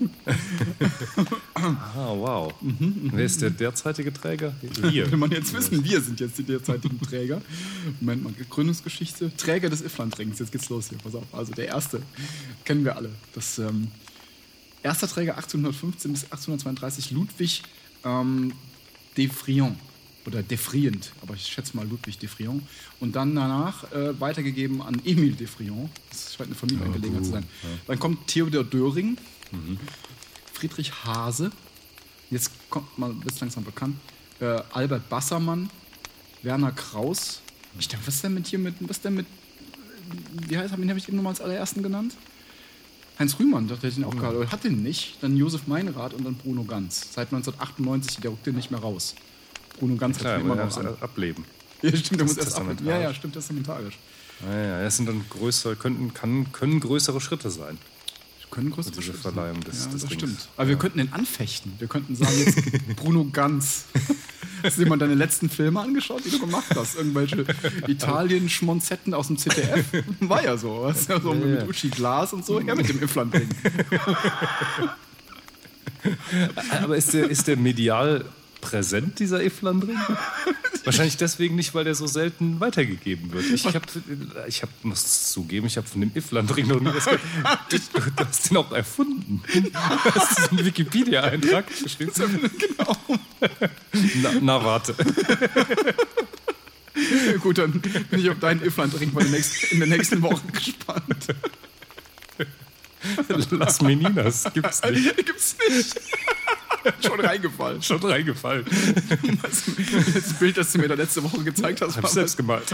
Ah, wow. Mhm, Wer ist der derzeitige Träger? Wir. Will man jetzt wissen, wir sind jetzt die derzeitigen Träger. Moment mal, Gründungsgeschichte. Träger des Ifflandrings. Jetzt geht's los hier, pass auf. Also der erste, kennen wir alle. Das ähm, erster Träger achtzehnhundertfünfzehn bis achtzehnhundertzweiunddreißig, Ludwig ähm, de Friant. Oder Defriant, aber ich schätze mal Ludwig de Friant. Und dann danach äh, weitergegeben an Emile de Friant. Das scheint eine Familienangelegenheit ja, zu sein. Ja. Dann kommt Theodor Döring, mhm. Friedrich Hase, jetzt kommt mal, wird langsam bekannt, äh, Albert Bassermann, Werner Kraus. Ich dachte, was ist denn mit hier mit, was denn mit, wie heißt, ihn habe ich eben nochmal als allerersten genannt? Heinz Rühmann, dachte ich den auch ja. gerade, hat den nicht. Dann Josef Meinrad und dann Bruno Ganz. Seit neunzehnhundertachtundneunzig, der rückt den nicht mehr raus. Bruno Ganz Klar, hat immer noch an. ableben. Ja, stimmt, der muss erst ableben. Ja, ja, stimmt, testamentarisch. Ja, ja, das sind dann größere, könnten, kann, können größere Schritte sein. Können größere diese Schritte Verleihung sein. des, Ja, des das Rings. stimmt. Aber ja. wir könnten den anfechten. Wir könnten sagen, jetzt Bruno Ganz. Hast du dir mal deine letzten Filme angeschaut, die du gemacht hast? Irgendwelche Italien-Schmonzetten aus dem Z D F? War ja so. Was? Ja, so ja, mit ja. Uschi Glas und so. Ja, mit dem Impflandring. Aber ist der, ist der medial präsent, dieser Ifflandring? Wahrscheinlich deswegen nicht, weil der so selten weitergegeben wird. Ich, hab, ich hab, muss es zugeben, ich habe von dem Ifflandring noch nie was gehört. Du, du hast den auch erfunden. Du hast einen Wikipedia-Eintrag geschrieben. Genau. Na, na warte. Gut, dann bin ich auf deinen Ifflandring in der nächsten Woche gespannt. Las Meninas gibt's nicht. Gibt's nicht. Schon reingefallen. Schon reingefallen. Das, das Bild, das du mir da letzte Woche gezeigt hast, hab ich selbst gemalt.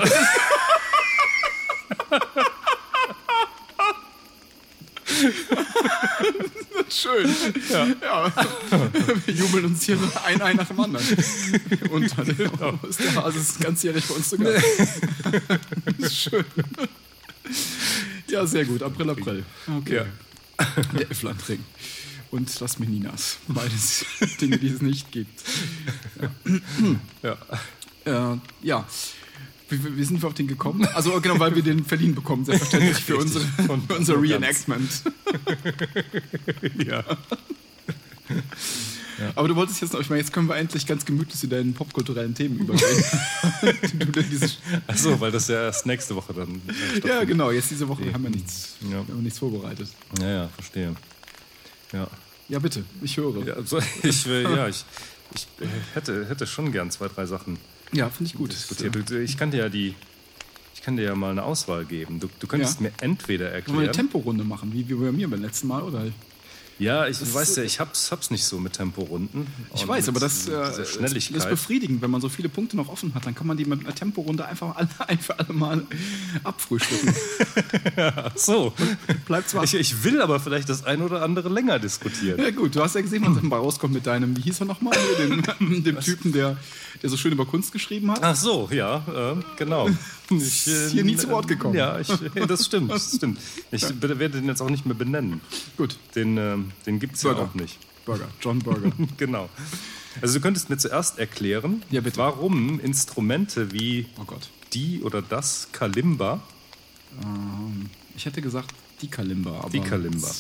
Schön. Ja. Ja. Wir jubeln uns hier ein ein nach dem anderen. Und dann genau. ist der Hase ganzjährig bei uns sogar. Schön. Ja, sehr gut. April, April. Okay. Ja. Der Ifflandring. Und Las Meninas. Beides Dinge, die es nicht gibt. Ja. Ja. Äh, ja. Wie, wie sind wir auf den gekommen? Also genau, weil wir den verliehen bekommen, selbstverständlich für, unsere, für unser Reenactment. Ja. Ja. Aber du wolltest jetzt noch, ich meine, jetzt können wir endlich ganz gemütlich zu deinen popkulturellen Themen übergehen. Achso, weil das ja erst nächste Woche dann äh, Ja, genau, jetzt diese Woche haben wir nichts, ja. haben wir nichts vorbereitet. Ja, ja, verstehe. Ja, ja bitte, ich höre. Ja, also ich, ja, ich, ich hätte, hätte schon gern zwei, drei Sachen ja, finde ich gut. diskutiert. Ich kann dir ja die, ich kann dir ja mal eine Auswahl geben. Du, du könntest ja. mir entweder erklären... Wollen wir eine Temporunde machen, wie, wie bei mir beim letzten Mal, oder? Ja, ich das weiß ja, ich hab's, hab's nicht so mit Temporunden. Ich weiß, aber das, äh, Schnelligkeit. das ist befriedigend, wenn man so viele Punkte noch offen hat. Dann kann man die mit einer Temporunde einfach alle, ein für alle Mal abfrühstücken. Ach so. Bleibt zwar. Ich, ich will aber vielleicht das ein oder andere länger diskutieren. Ja gut, du hast ja gesehen, was dann mal rauskommt mit deinem, wie hieß er nochmal, dem, dem Typen, der, der so schön über Kunst geschrieben hat. Ach so, ja, äh, genau. Ich äh, hier nie zu Wort gekommen. Ja, ich, das stimmt, das stimmt. Ich werde den jetzt auch nicht mehr benennen. Gut. Den, äh, den gibt es ja auch nicht. Burger, John Burger. Genau. Also du könntest mir zuerst erklären, ja, bitte. warum Instrumente wie oh Gott. die oder das Kalimba... Ähm, ich hätte gesagt die Kalimba. Aber die Kalimba.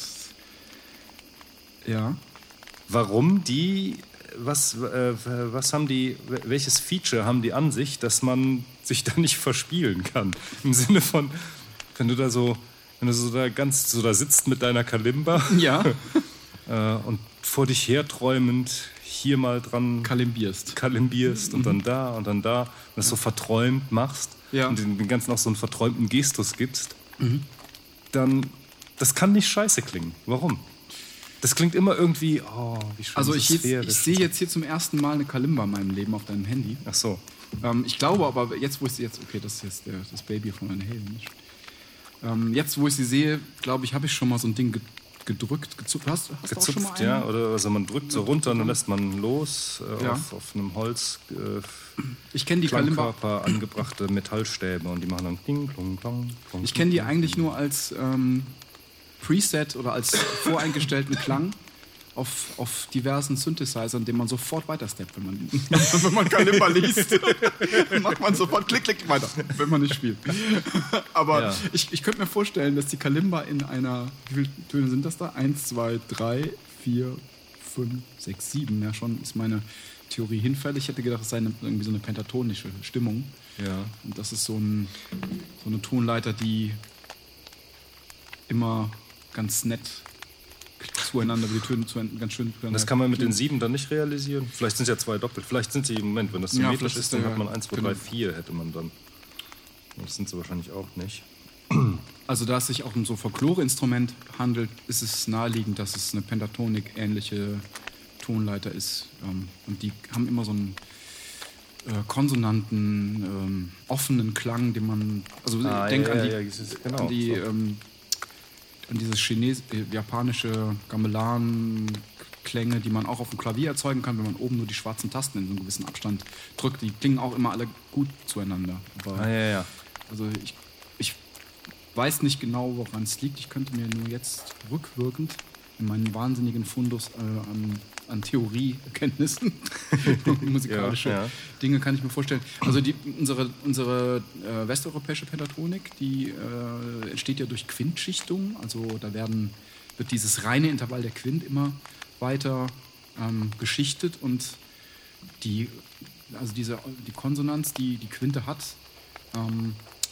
Ja. Warum die... Was, äh, was haben die, welches Feature haben die an sich, dass man sich da nicht verspielen kann? Im Sinne von, wenn du da so, wenn du so da ganz so da sitzt mit deiner Kalimba ja. äh, und vor dich herträumend hier mal dran kalimbierst, kalimbierst mhm. und dann da und dann da und das so verträumt machst ja. und den, den ganzen auch so einen verträumten Gestus gibst, mhm. dann, das kann nicht scheiße klingen. Warum? Das klingt immer irgendwie, oh, wie schön. Also ich, ich sehe jetzt hier zum ersten Mal eine Kalimba in meinem Leben auf deinem Handy. Ach so. Ähm, ich glaube aber, jetzt wo ich sie jetzt, okay, das ist jetzt der, das Baby von meiner Helden. Ähm, jetzt wo ich sie sehe, glaube ich, habe ich schon mal so ein Ding gedrückt, gezupft. Hast, hast gezupft, du auch schon mal einen? Ja, oder also man drückt so runter und dann lässt man los äh, ja. auf, auf einem Holz. Äh, ich kenne die Kalimba. angebrachte Metallstäbe und die machen dann ding, klong, klong, klong. Ich kenne die eigentlich nur als ähm, Preset oder als voreingestellten Klang auf, auf diversen Synthesizern, den man sofort weitersteppt, wenn man, wenn man Kalimba liest. Macht man sofort klick, klick weiter, wenn man nicht spielt. Aber ja. ich, ich könnte mir vorstellen, dass die Kalimba in einer, wie viele Töne sind das da? Eins, zwei, drei, vier, fünf, sechs, sieben. Ja, schon ist meine Theorie hinfällig. Ich hätte gedacht, es sei eine, irgendwie so eine pentatonische Stimmung. Ja. Und das ist so, ein, so eine Tonleiter, die immer ganz nett zueinander, die Töne zu, ganz schön. Das kann man mit den sieben dann nicht realisieren. Vielleicht sind es ja zwei doppelt. Vielleicht sind sie im Moment, wenn das symmetrisch ja, ist, dann hat man eins, zwei, drei, vier hätte man dann. Das sind sie wahrscheinlich auch nicht. Also da es sich auch um so ein Folklore-Instrument handelt, ist es naheliegend, dass es eine Pentatonik-ähnliche Tonleiter ist. Und die haben immer so einen äh, konsonanten, ähm, offenen Klang, den man... Also ah, denk ja, an die, ja, ja, genau, an, die so. ähm, an dieses Chines äh, japanische Gamelan-Klänge, die man auch auf dem Klavier erzeugen kann, wenn man oben nur die schwarzen Tasten in so einem gewissen Abstand drückt. Die klingen auch immer alle gut zueinander. Aber, ah, ja, ja. Also ich, ich weiß nicht genau, woran es liegt. Ich könnte mir nur jetzt rückwirkend in meinen wahnsinnigen Fundus äh, an, an Theorieerkenntnissen, musikalische ja, ja. Dinge kann ich mir vorstellen. Also die, unsere, unsere äh, westeuropäische Pentatonik, die äh, entsteht ja durch Quintschichtung. Also da werden, wird dieses reine Intervall der Quint immer weiter ähm, geschichtet und die, also diese, die Konsonanz, die die Quinte hat, ähm,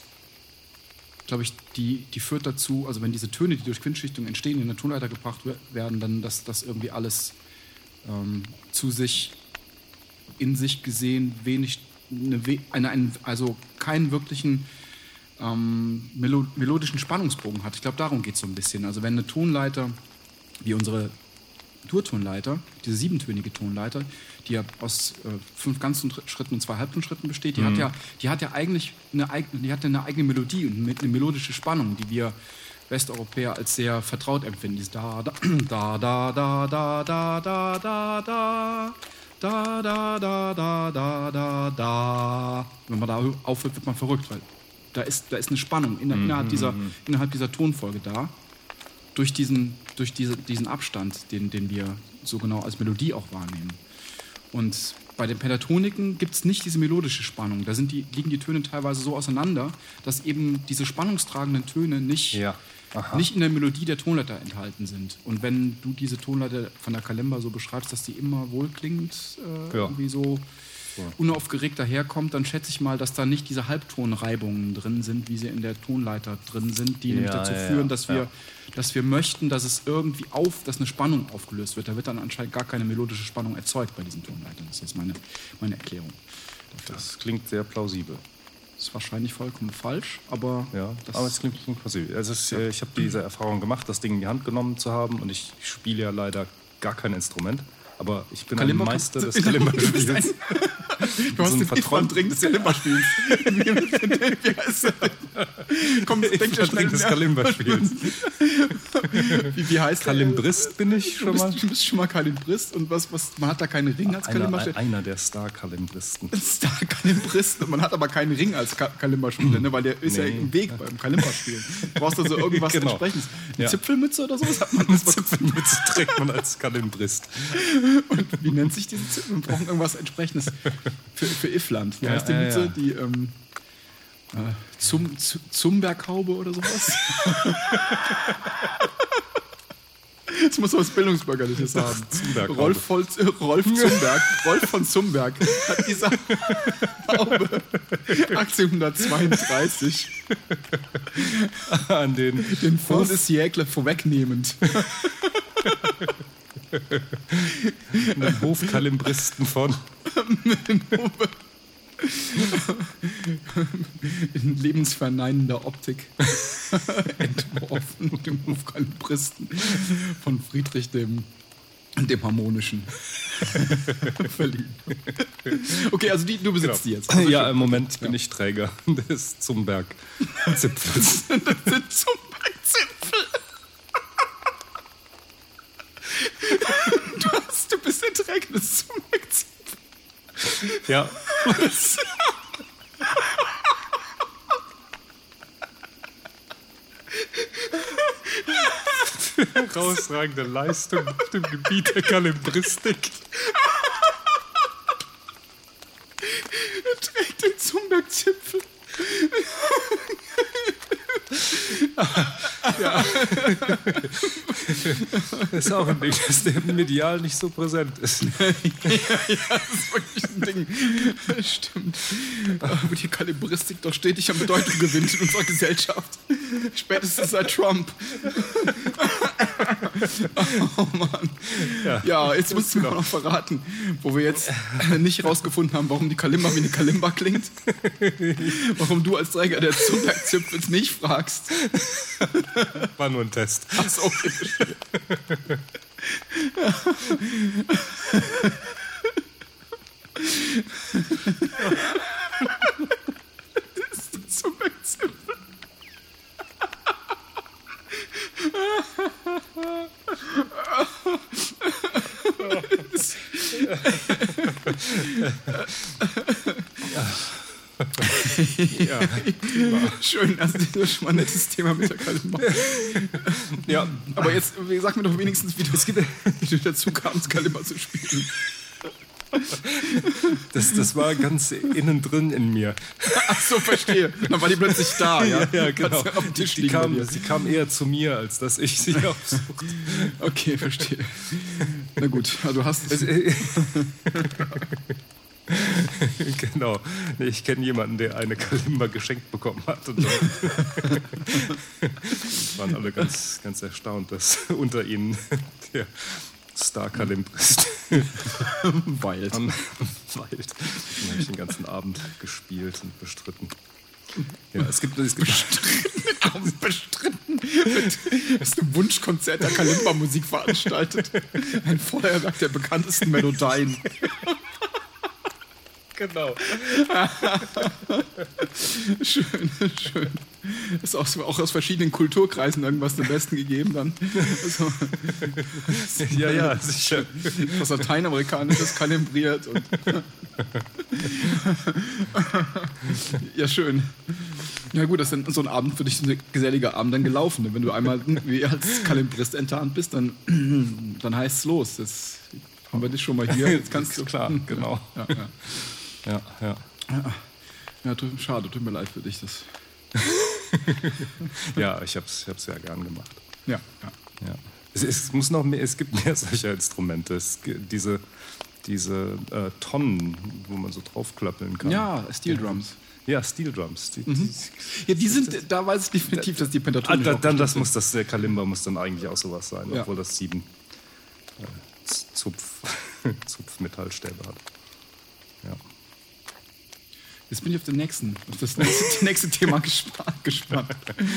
glaube ich, die, die führt dazu, also wenn diese Töne, die durch Quintschichtung entstehen, in eine Tonleiter gebracht werden, dann dass das irgendwie alles ähm, zu sich, in sich gesehen, wenig, eine, eine, eine, also keinen wirklichen ähm, melo, melodischen Spannungsbogen hat. Ich glaube, darum geht es so ein bisschen. Also wenn eine Tonleiter, wie unsere Durtonleiter, diese siebentönige Tonleiter, die ja aus äh, fünf ganzen Schritten und zwei Halbtonschritten besteht, die, mhm. hat ja, die hat ja eigentlich eine eigene, die hat eine eigene Melodie und eine melodische Spannung, die wir Westeuropäer als sehr vertraut empfinden. Dieses da, da, da, da, da, da, da, da, da, da, da, da, da, da, da, da, da. Wenn man da aufhört, wird man verrückt, weil da ist, da ist eine Spannung inner, innerhalb, mhm. dieser, innerhalb dieser Tonfolge da. Durch diesen, durch diese, diesen Abstand, den, den wir so genau als Melodie auch wahrnehmen. Und bei den Pentatoniken gibt es nicht diese melodische Spannung. Da sind die, liegen die Töne teilweise so auseinander, dass eben diese spannungstragenden Töne nicht, ja. nicht in der Melodie der Tonleiter enthalten sind. Und wenn du diese Tonleiter von der Kalimba so beschreibst, dass die immer wohlklingend äh, ja. irgendwie so ja. unaufgeregt daherkommt, dann schätze ich mal, dass da nicht diese Halbtonreibungen drin sind, wie sie in der Tonleiter drin sind, die ja, nämlich dazu ja, führen, dass wir, ja. dass wir möchten, dass es irgendwie auf, dass eine Spannung aufgelöst wird. Da wird dann anscheinend gar keine melodische Spannung erzeugt bei diesen Tonleitern. Das ist meine, meine Erklärung dafür. Das klingt sehr plausibel. Das ist wahrscheinlich vollkommen falsch, aber... Ja, das aber es klingt, klingt plausibel. Also es, ja. Ich habe diese Erfahrung gemacht, das Ding in die Hand genommen zu haben und ich spiele ja leider gar kein Instrument. Aber ich bin Kalimba ein Meister des Kalimba-Spiels. Du hast so den Ifran dringend des Kalimba-Spiels. Wie heißt das? Komm, denk dir schnell des Kalimba-Spiels. Wie, wie heißt Kalimbrist bin ich schon mal. Du bist schon mal Kalimbrist und was, was, man hat da keinen Ring als Kalimba-Spieler. Einer der Star-Kalimbristen. Star-Kalimbristen. Man hat aber keinen Ring als Kalimba-Spieler, ne? Weil der ist nee. ja im Weg beim Kalimba-Spielen. Du brauchst also irgendwas genau. entsprechendes. Eine ja. Zipfelmütze oder sowas hat man. Eine Zipfelmütze trägt man als Kalimbrist. Und wie nennt sich diese Zipfel? Wir brauchen irgendwas entsprechendes für, für Ifland. Wie ja, heißt die ja, Mütze? Ja. Die ähm, äh, zum, Zumberghaube oder sowas? Das muss was Bildungsbürgerliches haben. Rolf, von, Rolf Zumberg, Rolf von Zumberg hat diese Haube achtzehnhundertzweiunddreißig an den, den Fond des Jägle vorwegnehmend den Hofkalimbristen von in lebensverneinender Optik entworfen, dem Hofkalimbristen von Friedrich dem, dem Harmonischen verliehen. Okay, also die, du besitzt genau. die jetzt. Also ja, im Moment ja. bin ich Träger des Zumberg-Zipfels. Das sind Zumberg-Zipfel. Du, hast, du bist der Träger des Zumberg-Zipfels. Ja. Herausragende Leistung auf dem Gebiet der Kalimbristik. Er trägt den Zumberg-Zipfel. Ja. Das ist auch ein Ding, dass der medial nicht so präsent ist. ja, ja, das ist wirklich ein Ding. Das stimmt. Aber die Kalibristik doch stetig an Bedeutung gewinnt in unserer Gesellschaft. Spätestens seit Trump. Oh Mann. Ja, ja, jetzt musst du mir noch verraten, wo wir jetzt nicht rausgefunden haben, warum die Kalimba wie eine Kalimba klingt. Warum du als Träger der Zumberg-Zipfels nicht fragst. War nur ein Test. Ach so, okay. Das ist der Zumberg-Zipfel. Ja, schön, also das ist schon mal ein nettes Thema mit der Kalimba. Ja, aber jetzt sag mir doch wenigstens, wie du, wie du dazu kamst, Kalimba zu spielen. Das, das war ganz innen drin in mir. Ach so, verstehe. Dann war die plötzlich da, ja? Ja, ja, genau. Auf dem Tisch die, liegen kam, sie kam eher zu mir, als dass ich sie aufsuchte. Okay, verstehe. Na gut, also du hast es. Genau. Ich kenne jemanden, der eine Kalimba geschenkt bekommen hat. Und dann waren alle ganz, ganz erstaunt, dass unter ihnen der Star-Kalimbrist weilt. weilt. Den habe ich den ganzen Abend gespielt und bestritten. Ja, es gibt, es gibt bestritten, bestritten. Hast du ein Wunschkonzert der Kalimba-Musik veranstaltet? Ein Feuerwerk der bekanntesten Melodien. Genau. Schön, schön. Ist auch, auch aus verschiedenen Kulturkreisen irgendwas zum Besten gegeben dann. Also, ja, ja, sicher. Was Lateinamerikanisches kalibriert. Und ja, schön. Ja gut, das ist dann so ein Abend für dich, so ein geselliger Abend dann gelaufen. Wenn du einmal wie als Kalibrist enttarnt bist, dann, dann heißt es los. Jetzt haben wir dich schon mal hier. Jetzt kannst du klar, genau. Ja, ja. Ja, ja. Ja, ja tut, schade, tut mir leid für dich. Das. Ja, ich habe es ich hab's ja gern gemacht. Ja, ja. ja. Es, es, muss noch mehr, es gibt mehr solcher Instrumente. Es, diese diese äh, Tonnen, wo man so draufklappeln kann. Ja, Steel Drums. Ja, Steel Drums. Die, mhm. die, ja, die sind, das, da weiß ich definitiv, dass die Pentatonisch ah, da, dann das muss das, der Kalimba muss dann eigentlich auch sowas sein, ja. obwohl das sieben äh, Zupf, Zupfmetallstäbe hat. Ja. Jetzt bin ich auf den nächsten, auf das nächste, nächste Thema gespannt, gespannt.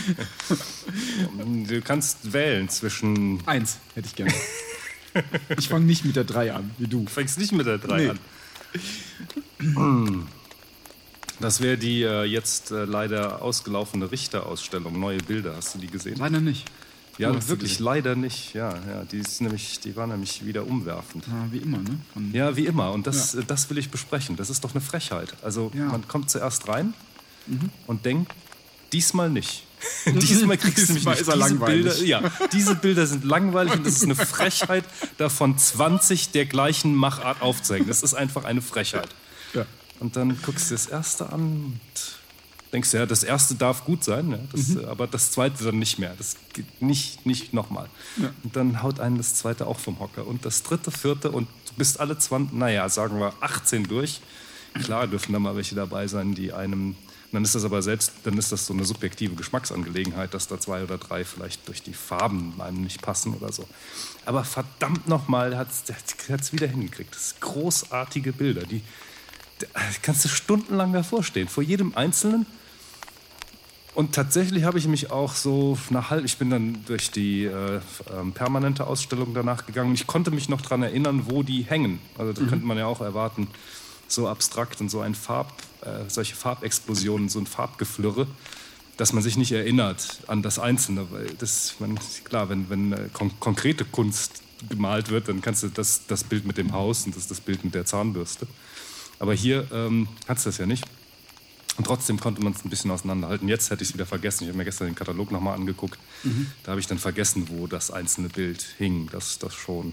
Du kannst wählen zwischen... Eins hätte ich gerne. Ich fange nicht mit der drei an, wie du. Du fängst nicht mit der drei nee. an. Das wäre die äh, jetzt äh, leider ausgelaufene Richter-Ausstellung, Neue Bilder. Hast du die gesehen? Leider nicht. Ja, wirklich leider nicht. Ja, ja, die, ist nämlich, die war nämlich wieder umwerfend. Ja, wie immer, ne? Von ja, wie immer. Und das, ja. das will ich besprechen. Das ist doch eine Frechheit. Also ja. man kommt zuerst rein mhm. und denkt, diesmal nicht. Diesmal kriegst du mich Diesmal nicht. Ist er diese, langweilig. Bilder, ja, diese Bilder sind langweilig und das ist eine Frechheit, davon zwanzig der gleichen Machart aufzuhängen. Das ist einfach eine Frechheit. Ja. Und dann guckst du das erste an und denkst, ja, das erste darf gut sein, ja, das, mhm. aber das zweite dann nicht mehr. Das geht nicht, nicht nochmal. Ja. Und dann haut einen das zweite auch vom Hocker. Und das dritte, vierte und du bist alle zwanzig, naja, sagen wir achtzehn durch. Klar dürfen da mal welche dabei sein, die einem, dann ist das aber selbst, dann ist das so eine subjektive Geschmacksangelegenheit, dass da zwei oder drei vielleicht durch die Farben einem nicht passen oder so. Aber verdammt nochmal, hat es wieder hingekriegt. Das sind großartige Bilder, die da kannst du stundenlang davor stehen, vor jedem Einzelnen. Und tatsächlich habe ich mich auch so nach halb, ich bin dann durch die äh, permanente Ausstellung danach gegangen. Ich konnte mich noch daran erinnern, wo die hängen. Also da mhm. könnte man ja auch erwarten, so abstrakt und so ein Farb, äh, solche Farbexplosionen, so ein Farbgeflirre, dass man sich nicht erinnert an das Einzelne. Weil das, man, klar, wenn, wenn äh, kon- konkrete Kunst gemalt wird, dann kannst du das, das Bild mit dem Haus und das, das Bild mit der Zahnbürste. Aber hier ähm, kannst du das ja nicht. Und trotzdem konnte man es ein bisschen auseinanderhalten. Jetzt hätte ich es wieder vergessen. Ich habe mir gestern den Katalog nochmal angeguckt. Mhm. Da habe ich dann vergessen, wo das einzelne Bild hing. Das, das schon.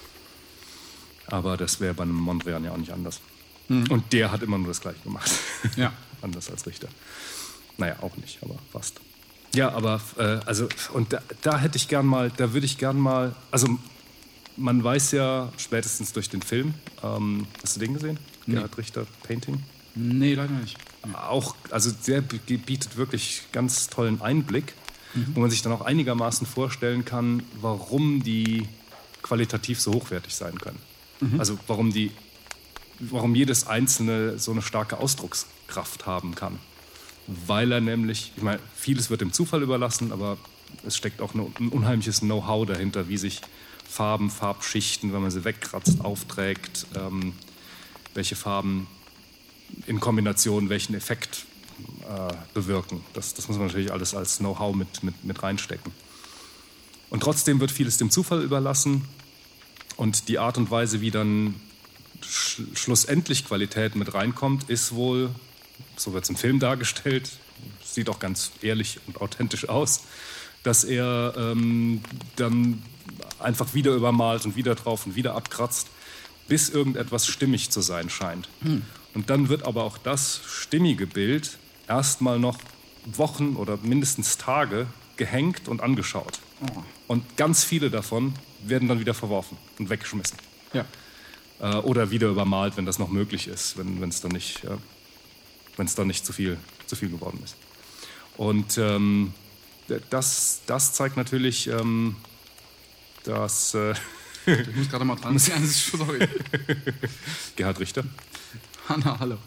Aber das wäre bei einem Mondrian ja auch nicht anders. Mhm. Und der hat immer nur das Gleiche gemacht. Ja. Anders als Richter. Naja, auch nicht, aber fast. Ja, aber, äh, also, und da, da hätte ich gern mal, da würde ich gern mal, also, man weiß ja spätestens durch den Film, ähm, hast du den gesehen? Nee. Gerhard Richter Painting? Nee, leider nicht. Auch, also der bietet wirklich ganz tollen Einblick, mhm. wo man sich dann auch einigermaßen vorstellen kann, warum die qualitativ so hochwertig sein können. Mhm. Also warum die, warum jedes einzelne so eine starke Ausdruckskraft haben kann. Weil er nämlich, ich meine, vieles wird dem Zufall überlassen, aber es steckt auch ein unheimliches Know-how dahinter, wie sich Farben, Farbschichten, wenn man sie wegkratzt, aufträgt, ähm, welche Farben in Kombination welchen Effekt äh, bewirken. Das, das muss man natürlich alles als Know-how mit, mit, mit reinstecken. Und trotzdem wird vieles dem Zufall überlassen und die Art und Weise, wie dann sch schlussendlich Qualität mit reinkommt, ist wohl, so wird es im Film dargestellt, sieht auch ganz ehrlich und authentisch aus, dass er ähm, dann einfach wieder übermalt und wieder drauf und wieder abkratzt, bis irgendetwas stimmig zu sein scheint. Hm. Und dann wird aber auch das stimmige Bild erstmal noch Wochen oder mindestens Tage gehängt und angeschaut. Oh. Und ganz viele davon werden dann wieder verworfen und weggeschmissen. Ja. Äh, oder wieder übermalt, wenn das noch möglich ist, wenn es dann nicht, äh, wenn es dann nicht zu viel, zu viel geworden ist. Und ähm, das, das zeigt natürlich, ähm, dass... Äh, ich muss gerade mal dran sein. Sorry. Gerhard Richter. Hanna, hallo.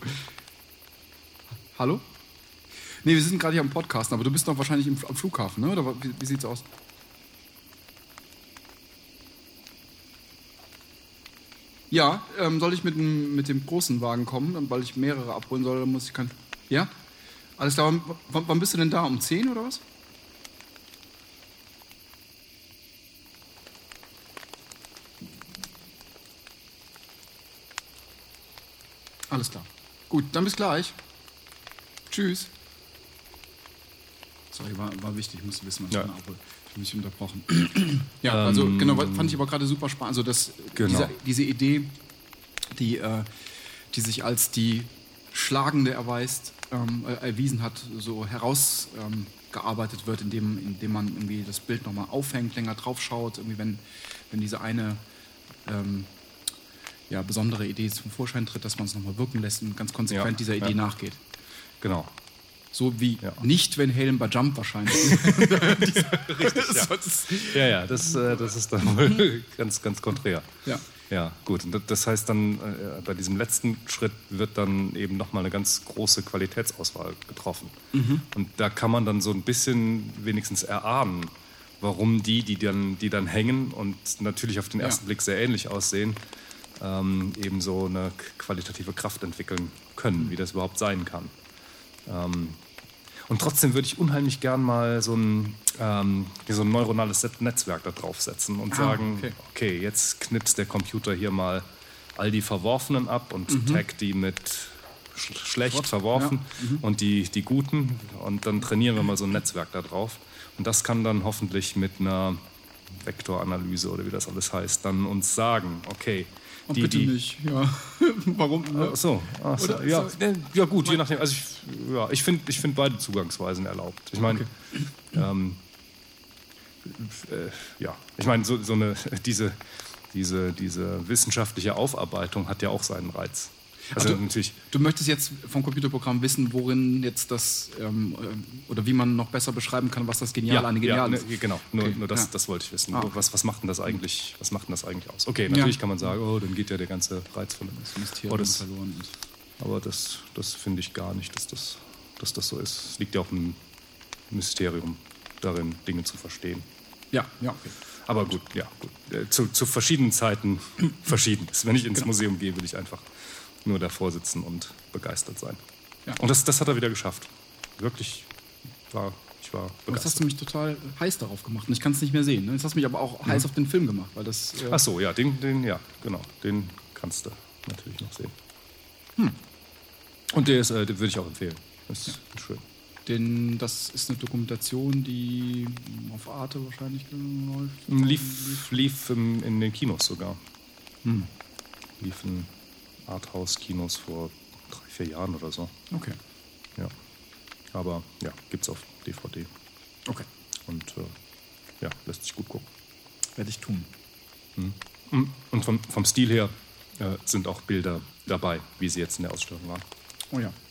Hallo? Nee, wir sind gerade hier am Podcasten, aber du bist noch wahrscheinlich im, am Flughafen, ne? Oder wie, wie sieht's aus? Ja, ähm, soll ich mit dem, mit dem großen Wagen kommen, weil ich mehrere abholen soll, dann muss ich kein... Ja? Alles klar, wann, wann bist du denn da? Um zehn oder was? Alles klar. Gut, dann bis gleich. Tschüss. Sorry, war, war wichtig, ich musste wissen, was ja. ich da abhole. Ich habe mich unterbrochen. ja, also ähm, genau, fand ich aber gerade super spannend. Also das, genau. diese, diese Idee, die, äh, die sich als die schlagende erweist, ähm, erwiesen hat, so herausgearbeitet ähm, wird, indem, indem man irgendwie das Bild nochmal aufhängt, länger drauf schaut, irgendwie wenn, wenn diese eine ähm, ja, besondere Idee zum Vorschein tritt, dass man es nochmal wirken lässt und ganz konsequent ja, dieser Idee ja. nachgeht. Genau. So wie ja. nicht, wenn Helen bei Jump wahrscheinlich. Richtig, ja. ja, ja, das, äh, das ist dann wohl ganz, ganz konträr. Ja. Ja, gut. Und das heißt dann, äh, bei diesem letzten Schritt wird dann eben nochmal eine ganz große Qualitätsauswahl getroffen. Mhm. Und da kann man dann so ein bisschen wenigstens erahnen, warum die, die dann, die dann hängen und natürlich auf den ersten ja. Blick sehr ähnlich aussehen, ähm, eben so eine qualitative Kraft entwickeln können, wie das überhaupt sein kann. Ähm, und trotzdem würde ich unheimlich gern mal so ein, ähm, so ein neuronales Netzwerk da draufsetzen und ah, sagen, okay. okay, jetzt knipst der Computer hier mal all die Verworfenen ab und mhm. taggt die mit sch schlecht What? verworfen ja. mhm. und die, die Guten und dann trainieren wir mal so ein Netzwerk da drauf. Und das kann dann hoffentlich mit einer Vektoranalyse oder wie das alles heißt, dann uns sagen, okay, Oh, die, bitte die, nicht, ja. Warum? Ach so, ach so. Oder, ja, ja gut, je nachdem. Also ich, ja, ich finde ich find beide Zugangsweisen erlaubt. Ich meine, okay. ähm, äh, ja, ich meine, so, so eine, diese, diese, diese wissenschaftliche Aufarbeitung hat ja auch seinen Reiz. Also du, natürlich. Du möchtest jetzt vom Computerprogramm wissen, worin jetzt das, ähm, oder wie man noch besser beschreiben kann, was das Geniale ja, an Genial ja, ist. Ne, genau, nur, okay. nur das, ja. das wollte ich wissen. Ah, okay. was, was, macht denn das eigentlich, was macht denn das eigentlich aus? Okay, natürlich ja. kann man sagen, oh, dann geht ja der ganze Reiz von das Mysterium oh, das, verloren. Aber das, das finde ich gar nicht, dass das, dass das so ist. Es liegt ja auch ein Mysterium darin, Dinge zu verstehen. Ja, ja, okay. Aber gut, ja, gut. Zu, zu verschiedenen Zeiten verschiedenes. Wenn ich ins genau. Museum gehe, will ich einfach nur davor sitzen und begeistert sein. Ja. Und das, das hat er wieder geschafft. Wirklich, war, ich war begeistert. Jetzt hast du mich total heiß darauf gemacht und ich kann es nicht mehr sehen. Ne? Jetzt hast du mich aber auch mhm. heiß auf den Film gemacht. Weil das, äh Ach so, ja, den, den, ja, genau, den kannst du natürlich noch sehen. Hm. Und der, ist, äh, den würde ich auch empfehlen. ist ja. schön. Den, das ist eine Dokumentation, die auf Arte wahrscheinlich läuft. Lief, lief in, in den Kinos sogar. Hm. Lief in Arthouse-Kinos vor drei, vier Jahren oder so. Okay. Ja. Aber ja, gibt's auf D V D. Okay. Und äh, ja, lässt sich gut gucken. Werde ich tun. Hm. Und vom, vom Stil her äh, sind auch Bilder dabei, wie sie jetzt in der Ausstellung waren. Oh ja.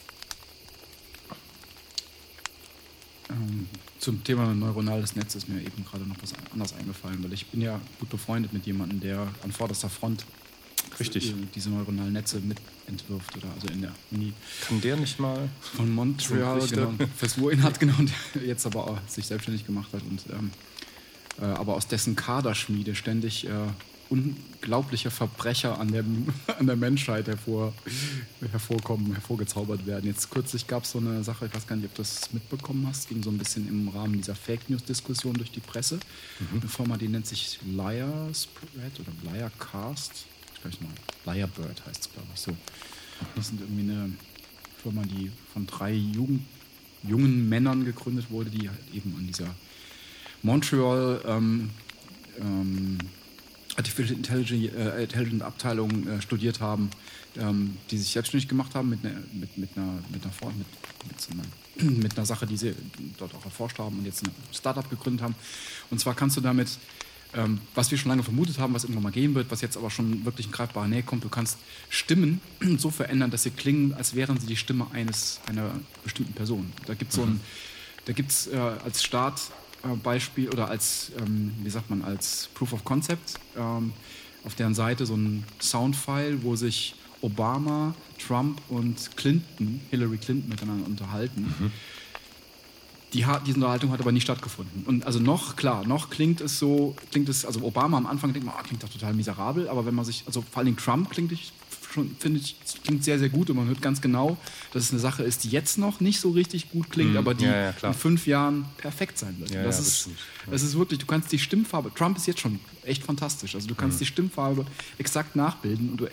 Ähm, zum Thema neuronales Netz ist mir eben gerade noch was anderes eingefallen, weil ich bin ja gut befreundet mit jemandem, der an vorderster Front Richtig. diese neuronalen Netze mitentwirft oder also in der Uni. Kann der nicht mal von Montreal, genau, Professur in hat, genau, und der jetzt aber auch sich selbstständig gemacht hat und ähm, äh, aber aus dessen Kaderschmiede ständig äh, unglaubliche Verbrecher an der, an der Menschheit hervor, hervorkommen, hervorgezaubert werden. Jetzt kürzlich gab es so eine Sache, ich weiß gar nicht, ob du das mitbekommen hast, ging so ein bisschen im Rahmen dieser Fake-News-Diskussion durch die Presse. Mhm. Eine Firma, die nennt sich Liarspread oder Liarcast. Ich weiß nicht mal, Liarbird heißt es, glaube ich, so. Das sind irgendwie eine Firma, die von drei Jugend, jungen Männern gegründet wurde, die halt eben an dieser Montreal ähm, ähm, Artificial Intelligence, äh, Intelligence Abteilung äh, studiert haben, ähm, die sich selbstständig gemacht haben mit, ne, mit, mit, einer, mit, einer, mit, mit, so einer, mit einer Sache, die sie dort auch erforscht haben und jetzt ein Startup gegründet haben. Und zwar kannst du damit, ähm, was wir schon lange vermutet haben, was irgendwann mal gehen wird, was jetzt aber schon wirklich in greifbare Nähe kommt, du kannst Stimmen so verändern, dass sie klingen, als wären sie die Stimme eines, einer bestimmten Person. Da gibt es so ein, da gibt's, äh, als Start Beispiel oder als, ähm, wie sagt man, als Proof of Concept ähm, auf deren Seite so ein Soundfile, wo sich Obama, Trump und Clinton, Hillary Clinton miteinander unterhalten. Mhm. Die, diese Unterhaltung hat aber nie stattgefunden. Und also noch, klar, noch klingt es so, klingt es, also Obama am Anfang denkt man, oh, klingt doch total miserabel, aber wenn man sich, also vor allem Trump klingt ich schon, finde ich, klingt sehr, sehr gut und man hört ganz genau, dass es eine Sache ist, die jetzt noch nicht so richtig gut klingt, mhm. aber die ja, ja, in fünf Jahren perfekt sein wird. Ja, das, ja, ist, das, stimmt, ja. das ist wirklich, du kannst die Stimmfarbe, Trump ist jetzt schon echt fantastisch, also du kannst mhm. die Stimmfarbe exakt nachbilden und du,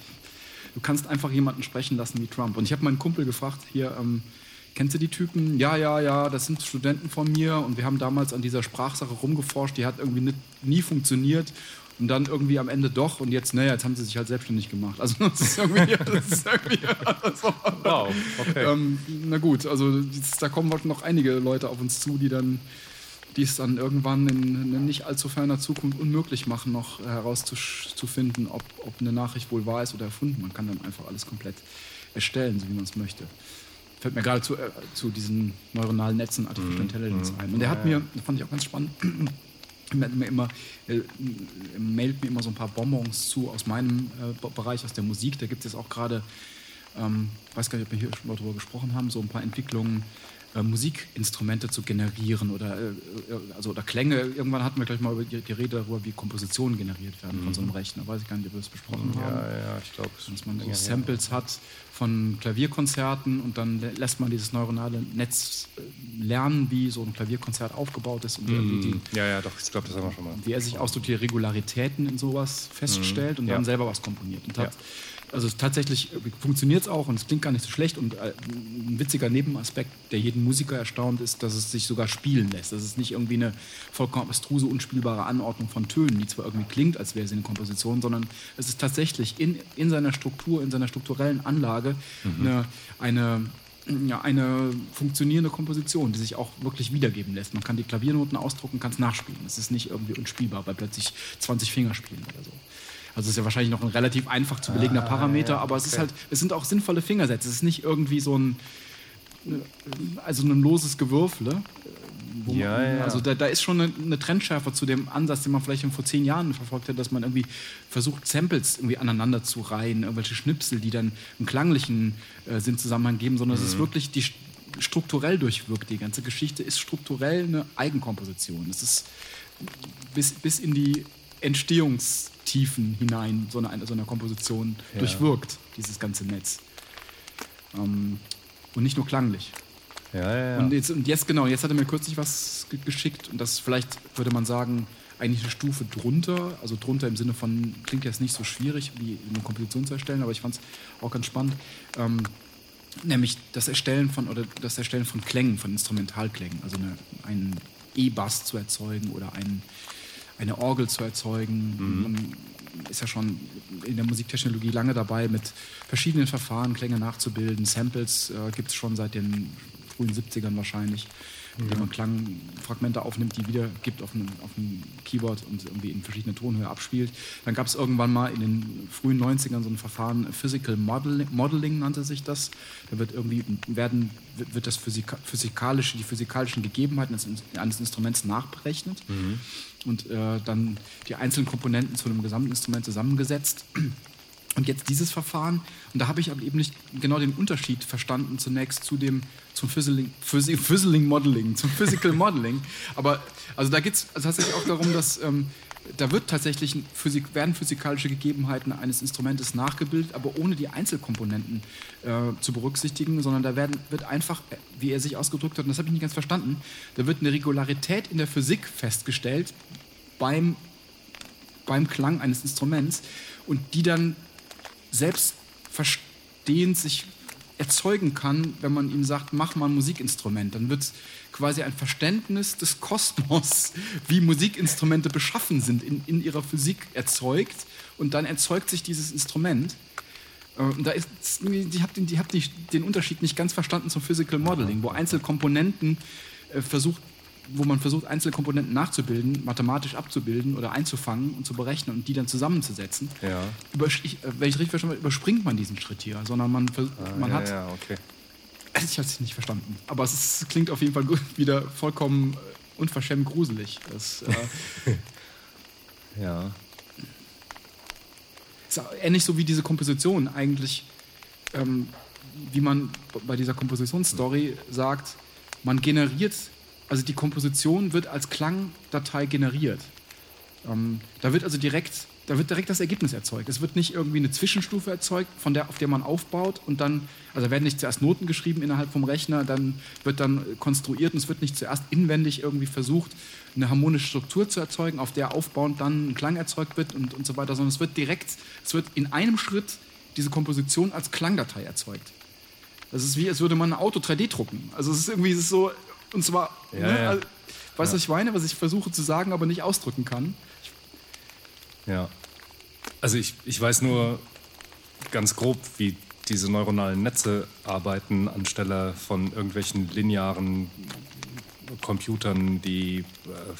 du kannst einfach jemanden sprechen lassen wie Trump. Und ich habe meinen Kumpel gefragt, hier, ähm, kennst du die Typen? Ja, ja, ja, das sind Studenten von mir und wir haben damals an dieser Sprachsache rumgeforscht, die hat irgendwie nicht, nie funktioniert. Und dann irgendwie am Ende doch und jetzt, naja, jetzt haben sie sich halt selbstständig gemacht. Also das ist irgendwie, das ist irgendwie also, wow, okay. Ähm, na gut, also jetzt, da kommen noch einige Leute auf uns zu, die dann die es dann irgendwann in, in nicht allzu ferner Zukunft unmöglich machen, noch herauszufinden, ob, ob eine Nachricht wohl wahr ist oder erfunden. Man kann dann einfach alles komplett erstellen, so wie man es möchte. Fällt mir gerade zu, äh, zu diesen neuronalen Netzen, Artificial mm, Intelligence mm, ein. Und der hat mir, das fand ich auch ganz spannend, mir immer, er mailt mir immer so ein paar Bonbons zu aus meinem äh, Bereich, aus der Musik. Da gibt es auch gerade, ähm, ich weiß gar nicht, ob wir hier schon mal drüber gesprochen haben, so ein paar Entwicklungen, äh, Musikinstrumente zu generieren oder, äh, also, oder Klänge. Irgendwann hatten wir gleich mal über die, die Rede darüber, wie Kompositionen generiert werden mhm. von so einem Rechner. Weiß ich gar nicht, ob wir das besprochen ja, haben. Ja, ja, ich glaube. Dass man so ja, Samples ja. hat von Klavierkonzerten und dann lässt man dieses neuronale Netz lernen, wie so ein Klavierkonzert aufgebaut ist. Und mm, die, ja, ja, doch, ich glaube, das haben wir schon mal. Wie er sich ausdrückt, die Regularitäten in sowas feststellt mm, und dann ja. selber was komponiert. Und hat, ja. Also tatsächlich funktioniert es auch und es klingt gar nicht so schlecht. Und ein witziger Nebenaspekt, der jeden Musiker erstaunt, ist, dass es sich sogar spielen lässt. Das ist nicht irgendwie eine vollkommen abstruse, unspielbare Anordnung von Tönen, die zwar irgendwie klingt, als wäre sie eine Komposition, sondern es ist tatsächlich in, in seiner Struktur, in seiner strukturellen Anlage mhm. eine, eine, ja, eine funktionierende Komposition, die sich auch wirklich wiedergeben lässt. Man kann die Klaviernoten ausdrucken, kann es nachspielen. Es ist nicht irgendwie unspielbar bei plötzlich zwanzig Fingerspielen oder so. Also es ist ja wahrscheinlich noch ein relativ einfach zu belegender Parameter, ah, ja, aber es okay. ist halt, es sind auch sinnvolle Fingersätze. Es ist nicht irgendwie so ein, also ein loses Gewürfle. Man, ja, ja. Also da, da ist schon eine, eine Trendschärfe zu dem Ansatz, den man vielleicht vor zehn Jahren verfolgt hat, dass man irgendwie versucht, Samples irgendwie aneinander zu reihen, irgendwelche Schnipsel, die dann einen klanglichen äh, Sinnzusammenhang geben, sondern mhm. es ist wirklich die strukturell durchwirkt. Die ganze Geschichte ist strukturell eine Eigenkomposition. Es ist bis, bis in die Entstehungstiefen hinein so eine, so eine Komposition ja. durchwirkt, dieses ganze Netz. Ähm, und nicht nur klanglich. Ja, ja, ja. Und, jetzt, und jetzt, genau, jetzt hat er mir kürzlich was ge- geschickt und das vielleicht, würde man sagen, eigentlich eine Stufe drunter, also drunter im Sinne von, klingt jetzt nicht so schwierig, wie eine Komposition zu erstellen, aber ich fand es auch ganz spannend. Ähm, Nämlich das Erstellen von oder das Erstellen von Klängen, von Instrumentalklängen, also eine, einen E-Bass zu erzeugen oder ein, eine Orgel zu erzeugen. Mhm. Man ist ja schon in der Musiktechnologie lange dabei, mit verschiedenen Verfahren Klänge nachzubilden. Samples äh, gibt es schon seit den frühen siebzigern wahrscheinlich, mhm. indem man Klangfragmente aufnimmt, die wiedergibt auf einem, auf einem Keyboard und irgendwie in verschiedene Tonhöhe abspielt. Dann gab es irgendwann mal in den frühen neunzigern so ein Verfahren, Physical Modeling, Modeling nannte sich das. Da wird irgendwie werden, wird das Physika, physikalische, die physikalischen Gegebenheiten eines Instruments nachberechnet mhm. und äh, dann die einzelnen Komponenten zu einem Gesamtinstrument zusammengesetzt. Und jetzt dieses Verfahren, und da habe ich aber eben nicht genau den Unterschied verstanden zunächst zu dem, zum Fizzling, Fizzy, Fizzling Modeling, zum Physical Modeling. Aber also da geht es tatsächlich auch darum, dass ähm, da wird tatsächlich Physik, werden physikalische Gegebenheiten eines Instrumentes nachgebildet, aber ohne die Einzelkomponenten äh, zu berücksichtigen, sondern da werden, wird einfach, wie er sich ausgedrückt hat, und das habe ich nicht ganz verstanden, da wird eine Regularität in der Physik festgestellt beim, beim Klang eines Instruments und die dann selbst verstehend sich erzeugen kann, wenn man ihm sagt, mach mal ein Musikinstrument. Dann wird quasi ein Verständnis des Kosmos, wie Musikinstrumente beschaffen sind, in, in ihrer Physik erzeugt und dann erzeugt sich dieses Instrument. Und da ist, ich habe den, hab den Unterschied nicht ganz verstanden zum Physical Modeling, wo Einzelkomponenten äh, versucht wo man versucht, Einzelkomponenten nachzubilden, mathematisch abzubilden oder einzufangen und zu berechnen und die dann zusammenzusetzen. Ja. Übersch- ich, wenn ich richtig verstanden habe, überspringt man diesen Schritt hier, sondern man, ah, man ja, hat... Ja, okay. Ich habe es nicht verstanden, aber es ist, klingt auf jeden Fall wieder vollkommen unverschämt gruselig. Das, äh, ja. Ist ähnlich so wie diese Komposition eigentlich, ähm, wie man bei dieser Kompositionsstory sagt, man generiert... Also die Komposition wird als Klangdatei generiert. Ähm, da wird also direkt, da wird direkt das Ergebnis erzeugt. Es wird nicht irgendwie eine Zwischenstufe erzeugt, von der, auf der man aufbaut und dann, also werden nicht zuerst Noten geschrieben innerhalb vom Rechner, dann wird dann konstruiert und es wird nicht zuerst inwendig irgendwie versucht, eine harmonische Struktur zu erzeugen, auf der aufbauend dann ein Klang erzeugt wird und, und so weiter, sondern es wird direkt, es wird in einem Schritt diese Komposition als Klangdatei erzeugt. Das ist wie, als würde man ein Auto drei D drucken. Also es ist irgendwie es ist so. Und zwar, ja, ne, ja. Also, weißt du, ja. was ich meine, was ich versuche zu sagen, aber nicht ausdrücken kann? Ja. Also ich, ich weiß nur ganz grob, wie diese neuronalen Netze arbeiten, anstelle von irgendwelchen linearen Computern, die äh,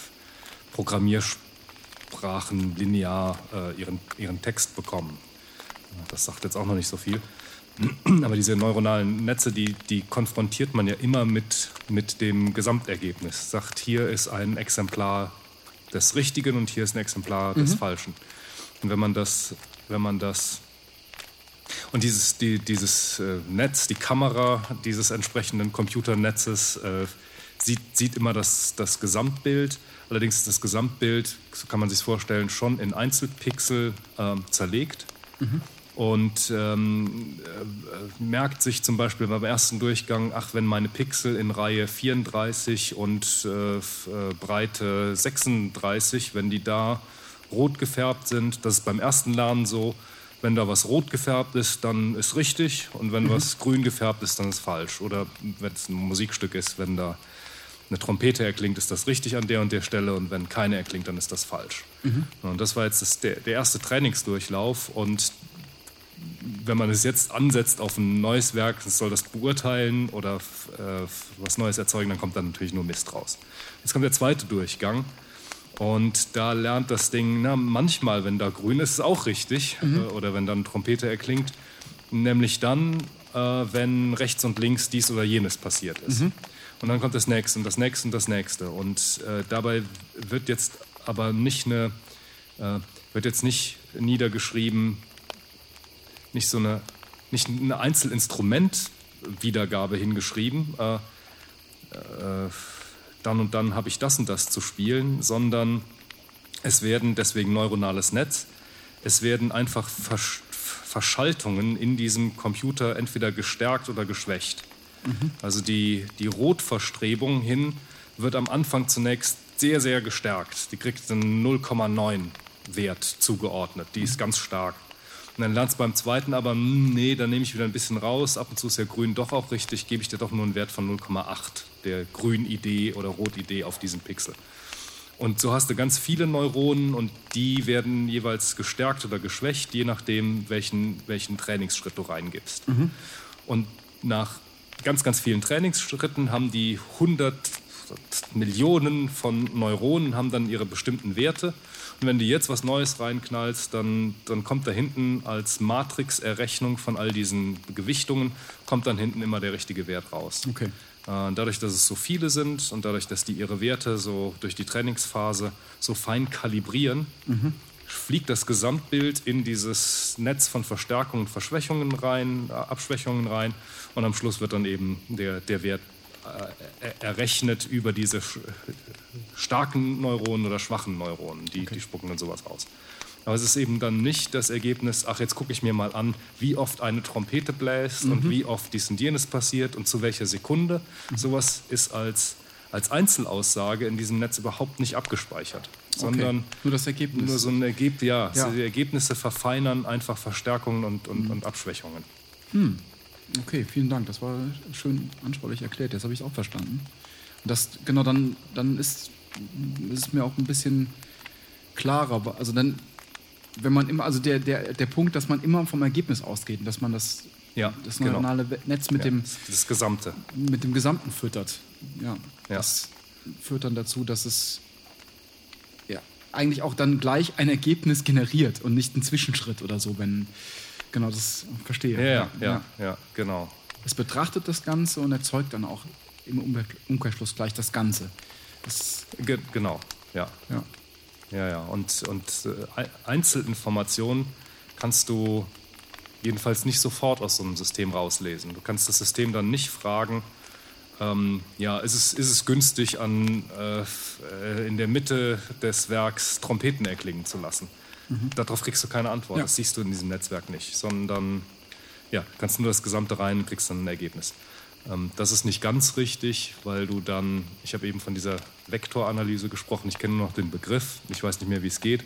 Programmiersprachen linear äh, ihren, ihren Text bekommen. Das sagt jetzt auch noch nicht so viel. Aber diese neuronalen Netze, die, die konfrontiert man ja immer mit, mit dem Gesamtergebnis. Sagt, hier ist ein Exemplar des Richtigen und hier ist ein Exemplar des mhm. Falschen. Und wenn man das, wenn man das und dieses, die, dieses äh, Netz, die Kamera dieses entsprechenden Computernetzes äh, sieht, sieht immer das, das Gesamtbild. Allerdings ist das Gesamtbild, so kann man sich vorstellen, schon in Einzelpixel äh, zerlegt. Mhm. Und ähm, äh, merkt sich zum Beispiel beim ersten Durchgang, ach, wenn meine Pixel in Reihe vierunddreißig und äh, Breite sechsunddreißig, wenn die da rot gefärbt sind, das ist beim ersten Lernen so, wenn da was rot gefärbt ist, dann ist richtig und wenn mhm. was grün gefärbt ist, dann ist falsch. Oder wenn es ein Musikstück ist, wenn da eine Trompete erklingt, ist das richtig an der und der Stelle und wenn keine erklingt, dann ist das falsch. Mhm. Und das war jetzt das, der, der erste Trainingsdurchlauf und wenn man es jetzt ansetzt auf ein neues Werk, soll das beurteilen oder äh, was Neues erzeugen, dann kommt dann natürlich nur Mist raus. Jetzt kommt der zweite Durchgang und da lernt das Ding, na, manchmal, wenn da grün ist, ist es auch richtig mhm. äh, oder wenn dann Trompete erklingt, nämlich dann, äh, wenn rechts und links dies oder jenes passiert ist. Mhm. Und dann kommt das nächste und das nächste und das nächste und äh, dabei wird jetzt aber nicht eine, äh, wird jetzt nicht niedergeschrieben, nicht so eine, nicht eine Einzelinstrumentwiedergabe hingeschrieben, äh, äh, dann und dann habe ich das und das zu spielen, sondern es werden, deswegen neuronales Netz, es werden einfach Versch- Verschaltungen in diesem Computer entweder gestärkt oder geschwächt. Mhm. Also die, die Rotverstrebung hin wird am Anfang zunächst sehr, sehr gestärkt. Die kriegt einen null Komma neun Wert zugeordnet, die ist ganz stark. Und dann lernst du beim zweiten aber, hm, nee, dann nehme ich wieder ein bisschen raus. Ab und zu ist ja grün doch auch richtig, gebe ich dir doch nur einen Wert von null Komma acht der Grün-Idee oder Rot-Idee auf diesen Pixel. Und so hast du ganz viele Neuronen und die werden jeweils gestärkt oder geschwächt, je nachdem, welchen, welchen Trainingsschritt du reingibst. Mhm. Und nach ganz, ganz vielen Trainingsschritten haben die hundert Millionen von Neuronen haben dann ihre bestimmten Werte. Und wenn du jetzt was Neues reinknallst, dann, dann kommt da hinten als Matrix-Errechnung von all diesen Gewichtungen, kommt dann hinten immer der richtige Wert raus. Okay. Äh, dadurch, dass es so viele sind und dadurch, dass die ihre Werte so durch die Trainingsphase so fein kalibrieren, mhm. fliegt das Gesamtbild in dieses Netz von Verstärkungen und Verschwächungen rein, äh, Abschwächungen rein und am Schluss wird dann eben der, der Wert äh, errechnet über diese starken Neuronen oder schwachen Neuronen, die, okay. die spucken dann sowas aus. Aber es ist eben dann nicht das Ergebnis, ach, jetzt gucke ich mir mal an, wie oft eine Trompete bläst mhm. und wie oft dies und jenes passiert und zu welcher Sekunde. Mhm. Sowas ist als, als Einzelaussage in diesem Netz überhaupt nicht abgespeichert. Sondern okay. nur das Ergebnis. Nur so ein Ergebnis, ja, ja. So die Ergebnisse verfeinern einfach Verstärkungen und, und, mhm. und Abschwächungen. Hm. Okay, vielen Dank. Das war schön anschaulich erklärt. Jetzt habe ich es auch verstanden. Und das, genau, dann, dann ist, ist es mir auch ein bisschen klarer. Also dann, wenn man immer, also der, der, der Punkt, dass man immer vom Ergebnis ausgeht und dass man das, ja, das neuronale genau. Netz mit ja, dem das Gesamte. mit dem Gesamten füttert. Ja, ja. Das führt dann dazu, dass es ja, eigentlich auch dann gleich ein Ergebnis generiert und nicht ein Zwischenschritt oder so, wenn genau das verstehe. Ja, ja, ja, ja, genau. Es betrachtet das Ganze und erzeugt dann auch im Umkehrschluss gleich das Ganze. Das Ge- genau, ja. Ja, ja, ja. Und, und äh, Einzelinformationen kannst du jedenfalls nicht sofort aus so einem System rauslesen. Du kannst das System dann nicht fragen, ähm, ja, ist es, ist es günstig, an, äh, in der Mitte des Werks Trompeten erklingen zu lassen? Mhm. Darauf kriegst du keine Antwort. Ja. Das siehst du in diesem Netzwerk nicht, sondern ja, kannst nur das Gesamte rein und kriegst dann ein Ergebnis. Ähm, das ist nicht ganz richtig, weil du dann, ich habe eben von dieser Vektoranalyse gesprochen, ich kenne nur noch den Begriff, ich weiß nicht mehr, wie es geht,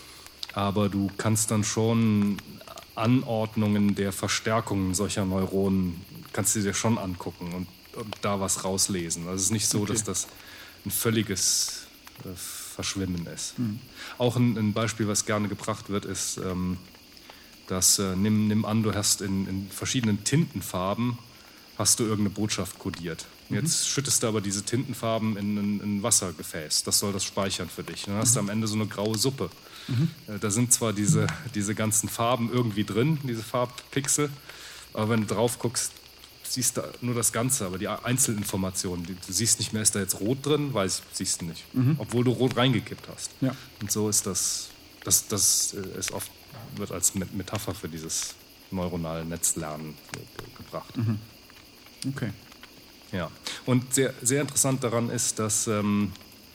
aber du kannst dann schon Anordnungen der Verstärkungen solcher Neuronen, kannst du dir schon angucken und, und da was rauslesen. Also es ist nicht so, okay. dass das ein völliges äh, Verschwimmen ist. Mhm. Auch ein, ein Beispiel, was gerne gebracht wird, ist, ähm, dass, äh, nimm, nimm an, du hast in, in verschiedenen Tintenfarben hast du irgendeine Botschaft kodiert. Mhm. Jetzt schüttest du aber diese Tintenfarben in ein, in ein Wassergefäß. Das soll das speichern für dich. Dann hast du am Ende so eine graue Suppe. Mhm. Äh, da sind zwar diese, diese ganzen Farben irgendwie drin, diese Farbpixel, aber wenn du drauf guckst, siehst du nur das Ganze, aber die Einzelinformationen, die, du siehst nicht mehr, ist da jetzt rot drin, weiß ich, siehst du nicht, mhm. obwohl du rot reingekippt hast. Ja. Und so ist das, das, das ist oft, wird als Metapher für dieses neuronale Netzlernen gebracht. Mhm. Okay. Ja, und sehr, sehr interessant daran ist, dass, ähm,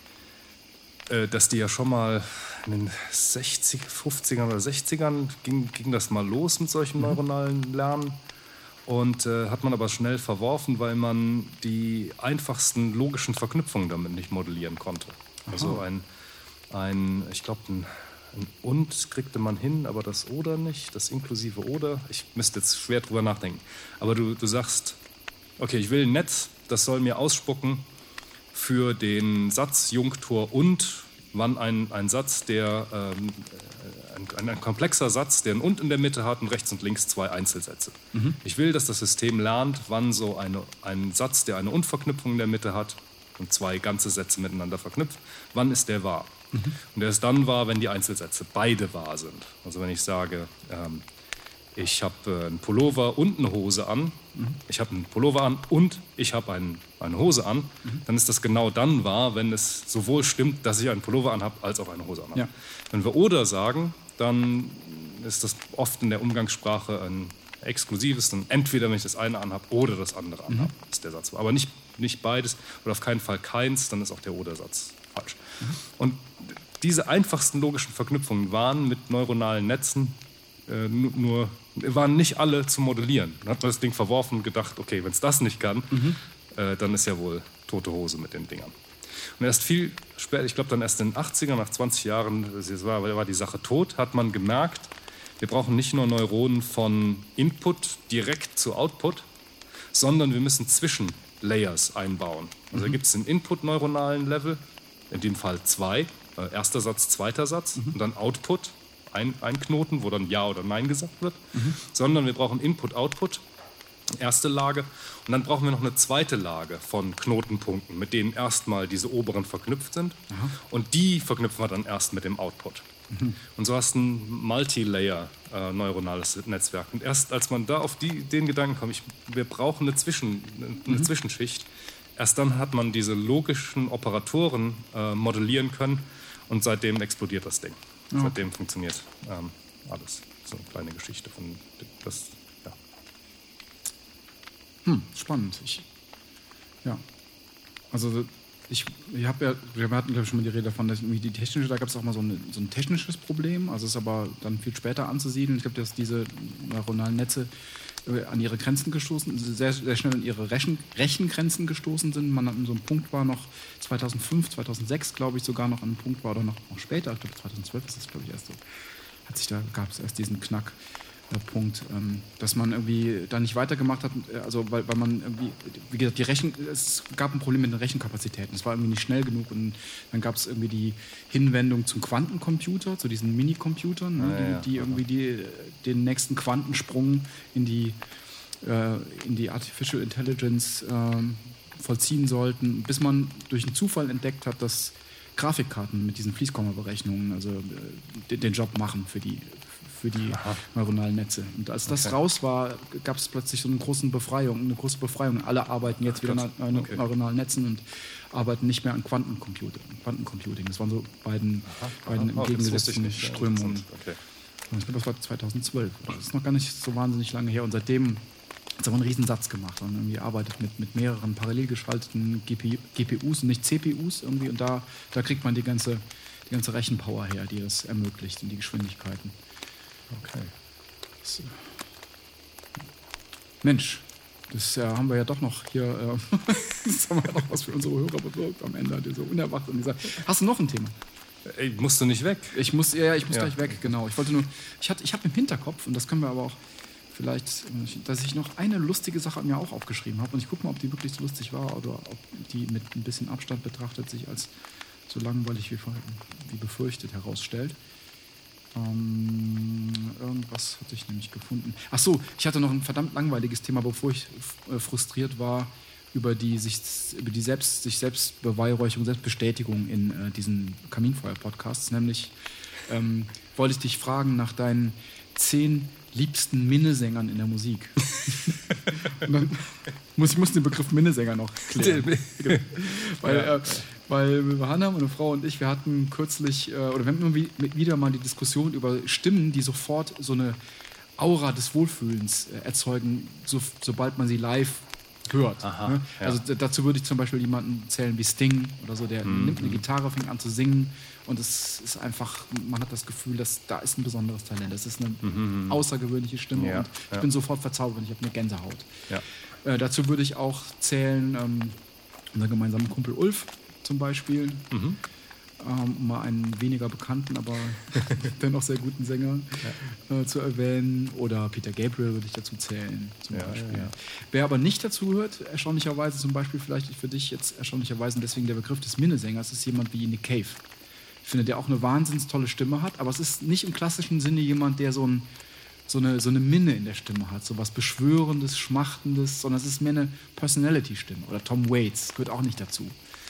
äh, dass die ja schon mal in den sechzig, fünfzigern oder sechzigern ging, ging das mal los mit solchem mhm. neuronalen Lernen. Und äh, hat man aber schnell verworfen, weil man die einfachsten logischen Verknüpfungen damit nicht modellieren konnte. Aha. Also ein, ein ich glaube, ein, ein Und kriegte man hin, aber das Oder nicht, das inklusive Oder. Ich müsste jetzt schwer drüber nachdenken. Aber du, du sagst, okay, ich will ein Netz, das soll mir ausspucken für den Satz Junktur und, wann ein, ein Satz, der ähm, Ein, ein komplexer Satz, der ein Und in der Mitte hat und rechts und links zwei Einzelsätze. Mhm. Ich will, dass das System lernt, wann so eine, ein Satz, der eine Und-Verknüpfung in der Mitte hat und zwei ganze Sätze miteinander verknüpft, wann ist der wahr? Mhm. Und der ist dann wahr, wenn die Einzelsätze beide wahr sind. Also wenn ich sage, ähm, ich habe äh, einen Pullover und eine Hose an, mhm. ich habe einen Pullover an und ich habe ein, eine Hose an, mhm. dann ist das genau dann wahr, wenn es sowohl stimmt, dass ich einen Pullover an habe, als auch eine Hose an habe. Ja. Wenn wir oder sagen, dann ist das oft in der Umgangssprache ein exklusives, dann entweder wenn ich das eine anhabe oder das andere anhabe, mhm. ist der Satz. Aber nicht, nicht beides oder auf keinen Fall keins, dann ist auch der Oder-Satz falsch. Mhm. Und diese einfachsten logischen Verknüpfungen waren mit neuronalen Netzen äh, nur, waren nicht alle zu modellieren. Dann hat man das Ding verworfen und gedacht, okay, wenn es das nicht kann, mhm. äh, dann ist ja wohl tote Hose mit den Dingern. Und erst viel später, ich glaube dann erst in den achtzigern, nach zwanzig Jahren, war, war die Sache tot, hat man gemerkt, wir brauchen nicht nur Neuronen von Input direkt zu Output, sondern wir müssen Zwischenlayers einbauen. Also mhm. da gibt es einen Input-neuronalen Level, in dem Fall zwei, äh, erster Satz, zweiter Satz, mhm. und dann Output, ein, ein Knoten, wo dann Ja oder Nein gesagt wird, mhm. sondern wir brauchen Input-Output, erste Lage, und dann brauchen wir noch eine zweite Lage von Knotenpunkten, mit denen erstmal diese oberen verknüpft sind. Aha. Und die verknüpfen wir dann erst mit dem Output. Mhm. Und so hast du ein Multilayer äh, neuronales Netzwerk. Und erst als man da auf die, den Gedanken kommt, ich, wir brauchen eine, Zwischen, eine mhm. Zwischenschicht, erst dann hat man diese logischen Operatoren äh, modellieren können und seitdem explodiert das Ding. Ja. Seitdem funktioniert ähm, alles. So eine kleine Geschichte von das. Hm, spannend. Ich, ja. Also ich, ich habe ja, wir hatten glaube ich schon mal die Rede davon, dass irgendwie die technische, da gab es auch mal so, eine, so ein technisches Problem, also es ist aber dann viel später anzusiedeln. Ich glaube, dass diese neuronalen Netze an ihre Grenzen gestoßen, sehr, sehr schnell an ihre Rechen, Rechengrenzen gestoßen sind. Man an so einem Punkt war noch zweitausendfünf, zweitausendsechs, glaube ich, sogar noch an einem Punkt war, oder noch, noch später, ich glaube zweitausendzwölf ist das, glaube ich, erst so, hat sich da, gab es erst diesen Knack. Punkt, ähm, dass man irgendwie da nicht weitergemacht hat, also weil, weil man irgendwie, wie gesagt, die Rechen, es gab ein Problem mit den Rechenkapazitäten, es war irgendwie nicht schnell genug und dann gab es irgendwie die Hinwendung zum Quantencomputer, zu diesen Mini-Computern, ne, ja, ja, die, die irgendwie die, den nächsten Quantensprung in die, äh, in die Artificial Intelligence äh, vollziehen sollten, bis man durch einen Zufall entdeckt hat, dass Grafikkarten mit diesen Fließkommaberechnungen also äh, den Job machen für die für die Aha. neuronalen Netze. Und als das okay. raus war, gab es plötzlich so eine große Befreiung, eine große Befreiung. Alle arbeiten jetzt Ach, wieder an okay. neuronalen Netzen und arbeiten nicht mehr an Quantencomputer, Quantencomputing. Das waren so beiden, Aha. beiden Aha. entgegengesetzten oh, Strömungen. Okay. Ich glaube, das war zweitausendzwölf. Das ist noch gar nicht so wahnsinnig lange her. Und seitdem hat es aber einen Riesensatz gemacht. Und irgendwie arbeitet mit, mit mehreren parallel geschalteten G P Us und nicht C P Us irgendwie. Und da, da kriegt man die ganze, die ganze Rechenpower her, die das ermöglicht und die Geschwindigkeiten. Okay. So. Mensch, das äh, haben wir ja doch noch hier, äh, das haben wir ja noch was für unsere Hörer bewirkt am Ende, die so unerwacht und gesagt, hast du noch ein Thema? Ey, musst du nicht weg? Ich muss, ja, ich muss ja. gleich weg, genau. Ich wollte nur, ich hatte, ich habe im Hinterkopf, und das können wir aber auch vielleicht, dass ich noch eine lustige Sache an mir auch aufgeschrieben habe, und ich gucke mal, ob die wirklich so lustig war oder ob die mit ein bisschen Abstand betrachtet sich als so langweilig wie, wie befürchtet herausstellt. Ähm, irgendwas hatte ich nämlich gefunden. Ach so, ich hatte noch ein verdammt langweiliges Thema, bevor ich äh, frustriert war über die sich über die selbst sich Selbstbeweihräucherung, Selbstbestätigung in äh, diesen Kaminfeuer-Podcasts. Nämlich ähm, wollte ich dich fragen nach deinen zehn liebsten Minnesängern in der Musik. Und dann muss ich muss den Begriff Minnesänger noch klären. Weil äh, Weil Hanna, meine Frau und ich, wir hatten kürzlich, äh, oder wir haben wieder mal die Diskussion über Stimmen, die sofort so eine Aura des Wohlfühlens äh, erzeugen, so, sobald man sie live hört. Aha, ne? ja. Also d- dazu würde ich zum Beispiel jemanden zählen wie Sting oder so, der mhm. nimmt eine Gitarre, fängt an zu singen und es ist einfach, man hat das Gefühl, dass da ist ein besonderes Talent, das ist eine mhm. außergewöhnliche Stimme ja, und ich ja. bin sofort verzaubert, ich habe eine Gänsehaut. Ja. Äh, dazu würde ich auch zählen ähm, unseren gemeinsamen Kumpel Ulf, zum Beispiel, mhm. ähm, mal einen weniger bekannten, aber dennoch sehr guten Sänger ja. äh, zu erwähnen. Oder Peter Gabriel würde ich dazu zählen, zum ja, Beispiel. Ja, ja. Wer aber nicht dazu hört, erstaunlicherweise zum Beispiel, vielleicht für dich jetzt erstaunlicherweise, deswegen der Begriff des Minnesängers, ist jemand wie Nick Cave. Ich finde, der auch eine wahnsinnig tolle Stimme hat, aber es ist nicht im klassischen Sinne jemand, der so ein So eine, so eine Minne in der Stimme hat, so was Beschwörendes, Schmachtendes, sondern es ist mehr eine Personality-Stimme. Oder Tom Waits gehört auch nicht dazu.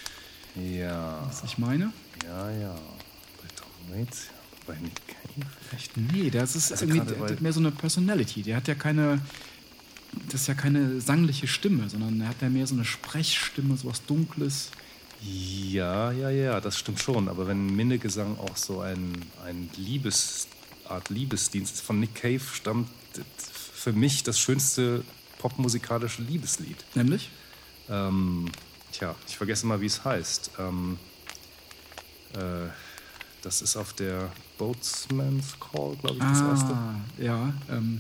Ja. Was ich meine? Ja, ja. Bei Tom Waits, ja. Bei Nick Cave echt? Nee, das ist also irgendwie, der hat mehr so eine Personality. Der hat ja keine, das ist ja keine sangliche Stimme, sondern er hat ja mehr so eine Sprechstimme, so was Dunkles. Ja, ja, ja, das stimmt schon. Aber wenn Minnegesang auch so ein, ein Liebes, Art Liebesdienst von Nick Cave stammt, für mich das schönste popmusikalische Liebeslied. Nämlich? Ähm, tja, ich vergesse mal, wie es heißt. Ähm, äh, das ist auf der Boatsman's Call, glaube ich, das ah, erste. Ja, ähm.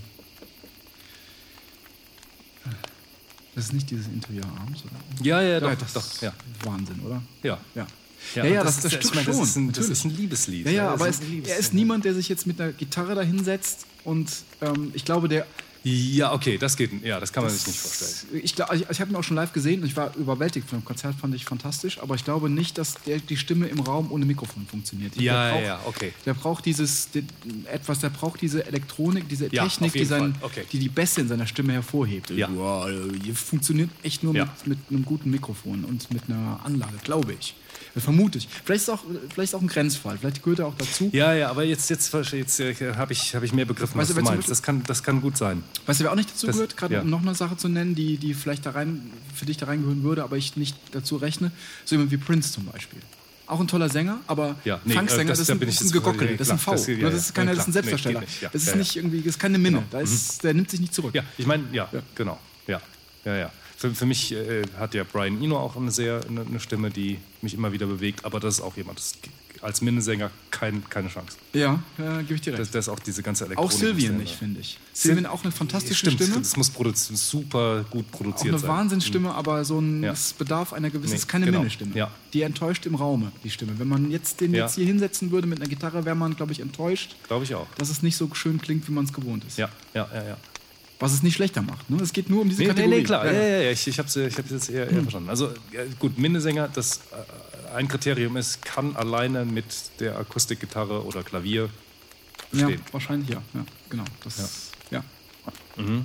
Das ist nicht dieses Into Your Arms, oder? Ja, ja, ja doch, das doch, ja. Wahnsinn, oder? Ja. Ja. Ja, ja, ja das, das, das ist, Stück ich mein, schon. Das ist ein, das ist ein Liebeslied. Ja, ja, aber ist es, er ist niemand, der sich jetzt mit einer Gitarre da hinsetzt und ähm, ich glaube, der... Ja, okay, das geht, ja, das kann man das, sich nicht vorstellen. Ich, ich, ich habe ihn auch schon live gesehen und ich war überwältigt von dem Konzert, fand ich fantastisch, aber ich glaube nicht, dass der, die Stimme im Raum ohne Mikrofon funktioniert. Ja, der braucht, ja, okay. Der braucht dieses, die, etwas, der braucht diese Elektronik, diese ja, Technik, die, sein, okay. die die Bässe in seiner Stimme hervorhebt. Ja. Wow, die funktioniert echt nur ja. mit, mit einem guten Mikrofon und mit einer Anlage, glaube ich. Vermute ich. Vielleicht ist auch, vielleicht ist auch ein Grenzfall. Vielleicht gehört er auch dazu. Ja, ja, aber jetzt, jetzt, jetzt äh, habe ich, hab ich mehr begriffen, weißt was du, du meinst. Das kann, das kann gut sein. Weißt du, wer auch nicht dazu das, gehört? Gerade ja. um noch eine Sache zu nennen, die, die vielleicht da rein, für dich da reingehören würde, aber ich nicht dazu rechne. So jemand wie Prince zum Beispiel. Auch ein toller Sänger, aber ja, nee, Funksänger, das, das, das, ist ein Gegockel, ja, das ist ein V. Das, ja, das, ist, keine, ja, das ist ein Selbstdarsteller. Nee, ja, das ist ja, nicht irgendwie, das ist keine Minne. Genau. Da ist, mhm. Der nimmt sich nicht zurück. Ja, ich meine, ja, ja, genau. Ja, ja, ja. Für, für mich äh, hat ja Brian Eno auch eine sehr eine, eine Stimme, die mich immer wieder bewegt, aber das ist auch jemand, das als Minnesänger kein, keine Chance. Ja, äh, gebe ich dir recht. Das, das ist auch diese ganze Elektronik. Auch Sylvian nicht, finde ich. Sylvian auch eine fantastische stimmt, Stimme. Es muss produzi- super gut produziert sein. Auch eine Wahnsinnsstimme, mhm. aber so ein, ja. es bedarf einer gewissen, nee, es ist keine genau. Minne-Stimme. Ja. Die enttäuscht im Raume, die Stimme. Wenn man jetzt den ja. jetzt hier hinsetzen würde mit einer Gitarre, wäre man, glaube ich, enttäuscht. Glaube ich auch. Dass es nicht so schön klingt, wie man es gewohnt ist. Ja, ja, ja, ja. Was es nicht schlechter macht. Ne? Es geht nur um diese nee, Kategorie. Nee, nee, klar. Ja, ja, ja. Ich, ich habe es ich jetzt eher, eher hm. verstanden. Also ja, gut, Minnesänger, das äh, ein Kriterium ist, kann alleine mit der Akustikgitarre oder Klavier stehen. Ja, wahrscheinlich ja. ja genau. Das, ja. ja. Mhm.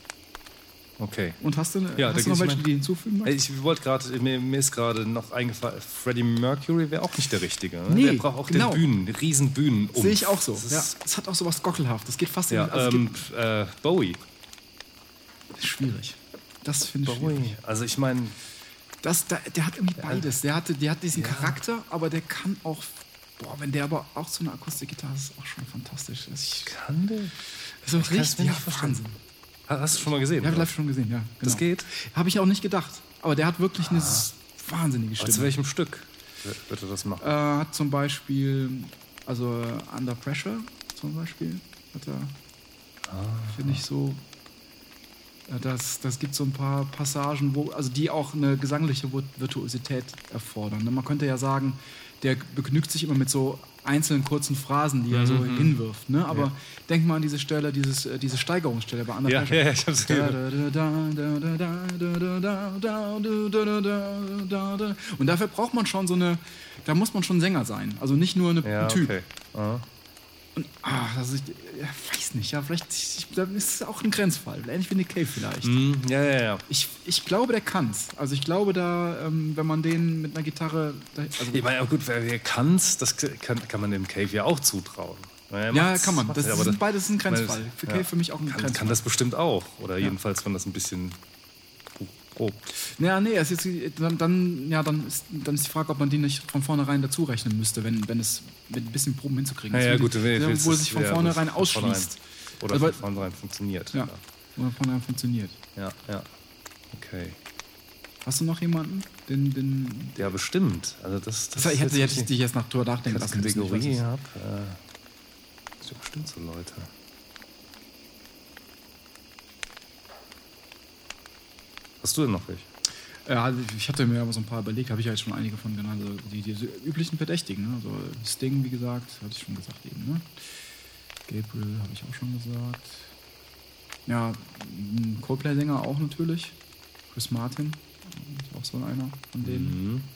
Okay. Und hast du, eine, ja, hast du noch welche, die hinzufügen möchtest? Ich wollte gerade, mir, mir ist gerade noch eingefallen, Freddie Mercury wäre auch nicht der Richtige. Ne? Nee, der braucht auch genau. den Bühnen, den riesen Bühnen. Sehe ich auch so. Es ja. Es hat auch so was Gockelhaftes. Das geht fast ja, in also ähm, äh, Bowie. Das ist schwierig. Das finde ich Bowie. schwierig. Also ich meine... Der hat irgendwie beides. Der, hatte, der hat diesen ja. Charakter, aber der kann auch... Boah, wenn der aber auch so eine Akustikgitarre ist, ist auch schon fantastisch. Ich kann der? So richtig, ja, Wahnsinn. Hast du schon mal gesehen? Ja, live schon gesehen, ja. Genau. Das geht? Habe ich auch nicht gedacht. Aber der hat wirklich eine ah. wahnsinnige Stimme. Zu welchem Stück wird er das machen? Er äh, hat zum Beispiel, also Under Pressure zum Beispiel, hat er, ah. finde ich so, das, das gibt so ein paar Passagen, wo, also die auch eine gesangliche Virtuosität erfordern. Man könnte ja sagen, der begnügt sich immer mit so einzelnen kurzen Phrasen, die er so mhm. hinwirft. Ne? Aber ja. denk mal an diese Stelle, dieses, diese Steigerungsstelle bei Under Pressure. Ja, ja, ich hab's gehört. Und dafür braucht man schon so eine, da muss man schon Sänger sein. Also nicht nur eine, ja, ein Typ. Okay. Uh-huh. Und, ach, das ist, ja, weiß nicht, ja, vielleicht ich, das ist auch ein Grenzfall, ähnlich wie Nick Cave vielleicht. Mm, ja, ja, ja. Ich, ich glaube, der kann's. Also ich glaube, da, ähm, wenn man den mit einer Gitarre... Da, also ich meine, gut, wer, wer kann's, das kann, kann man dem Cave ja auch zutrauen. Ja, kann man. Das, das sind beides ein Grenzfall. Das, für Cave ja, für mich auch ein kann, Grenzfall. Kann das bestimmt auch. Oder ja. jedenfalls, wenn das ein bisschen... Oh. Ja, nee, es ist jetzt, dann, dann, ja, dann, ist, dann ist die Frage, ob man die nicht von vornherein dazu rechnen müsste, wenn, wenn es mit ein bisschen Proben hinzukriegen ist. Ja, ja, gut, die, ja, wo es sich von ja, vornherein von ausschließt. Vornherein, oder also, von vornherein funktioniert. Ja, ja. Oder von vornherein funktioniert. Ja, ja. Okay. Hast du noch jemanden? Den, den ja, bestimmt. Also das, das, das ich hätte jetzt dich jetzt nach Tour nachdenken lassen müssen. Wenn ich Kategorie habe, äh, ist ja bestimmt so Leute. Hast du denn noch welche? Ja, ich hatte mir aber so ein paar überlegt, habe ich ja jetzt schon einige von genannt. Also die, die üblichen Verdächtigen, ne? Also Sting, wie gesagt, hatte ich schon gesagt eben. Ne? Gabriel habe ich auch schon gesagt. Ja, ein Coldplay-Sänger auch natürlich. Chris Martin, ist auch so einer von denen. Mhm.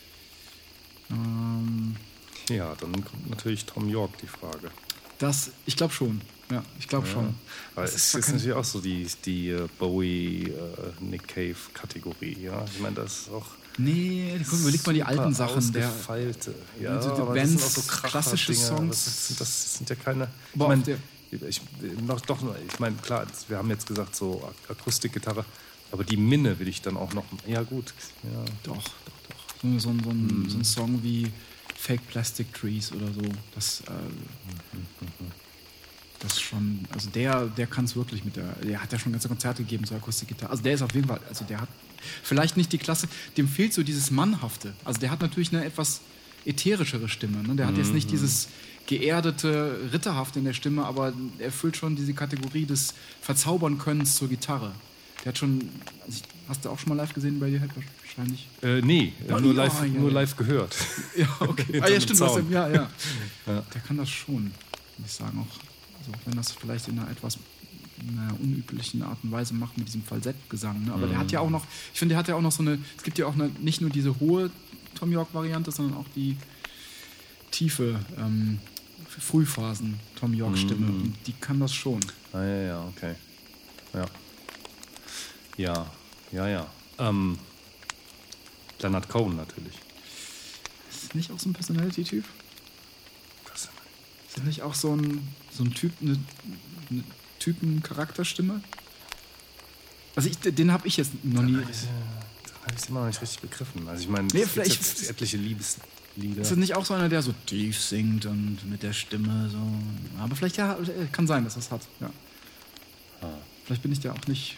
Ähm, ja, dann kommt natürlich Tom York die Frage. Das, ich glaube schon. Ja, ich glaube ja, schon. Weil es ist, ist natürlich auch so die, die Bowie, uh, Nick Cave Kategorie. Ja? Ich meine, das ist auch. Nee, guck, überleg mal die alten Sachen. Der ja, also die aber Bands, das sind auch so klassische Dinge. Songs. Das, ist, das sind ja keine. Ich meine, ich, noch, doch, ich meine, klar, wir haben jetzt gesagt, so Akustikgitarre, aber die Minne will ich dann auch noch. Ja, gut. Ja. Doch, doch, doch. So, so, so, ein, mhm. so ein Song wie Fake Plastic Trees oder so. Das. Äh, mhm. Das schon, also der, der kann es wirklich mit der, der hat ja schon ganze Konzerte gegeben zur Akustikgitarre. Also der ist auf jeden Fall, also der hat vielleicht nicht die Klasse, dem fehlt so dieses Mannhafte. Also der hat natürlich eine etwas ätherischere Stimme. Ne? Der hat jetzt nicht dieses geerdete, ritterhafte in der Stimme, aber er erfüllt schon diese Kategorie des Verzaubern-Könnens zur Gitarre. Der hat schon, also ich, hast du auch schon mal live gesehen bei Radiohead wahrscheinlich? Äh, nee, Oh, nur, ja, live, ja, nur ja. live gehört. Ja, okay. Hinter Ah, ja, dem stimmt, du hast Zaun. ja, ja. Ja. Der kann das schon, würde ich sagen. Auch, also, wenn das vielleicht in einer etwas naja, unüblichen Art und Weise macht mit diesem Falsettgesang. Ne? Aber Mhm. der hat ja auch noch, ich finde, der hat ja auch noch so eine, es gibt ja auch eine, nicht nur diese hohe Tom York-Variante, sondern auch die tiefe ähm, Frühphasen Tom York-Stimme. Mhm. Und die kann das schon. Ah, ja, ja, okay. Ja. Ja, ja, ja. Ähm, Leonard Cohen natürlich. Ist das nicht auch so ein Personality-Typ? Was denn? Ist das nicht auch so ein, so ein Typ, eine, eine Typen-Charakterstimme? Also ich, den habe ich jetzt noch nie. Dann habe ich es immer noch nicht richtig begriffen. Also ich meine, Nee, es gibt vielleicht- jetzt etliche Liebeslieder. Ist das nicht auch so einer, der so tief singt und mit der Stimme so? Aber vielleicht ja, kann sein, dass das hat. Ja. Ah. Vielleicht bin ich da auch nicht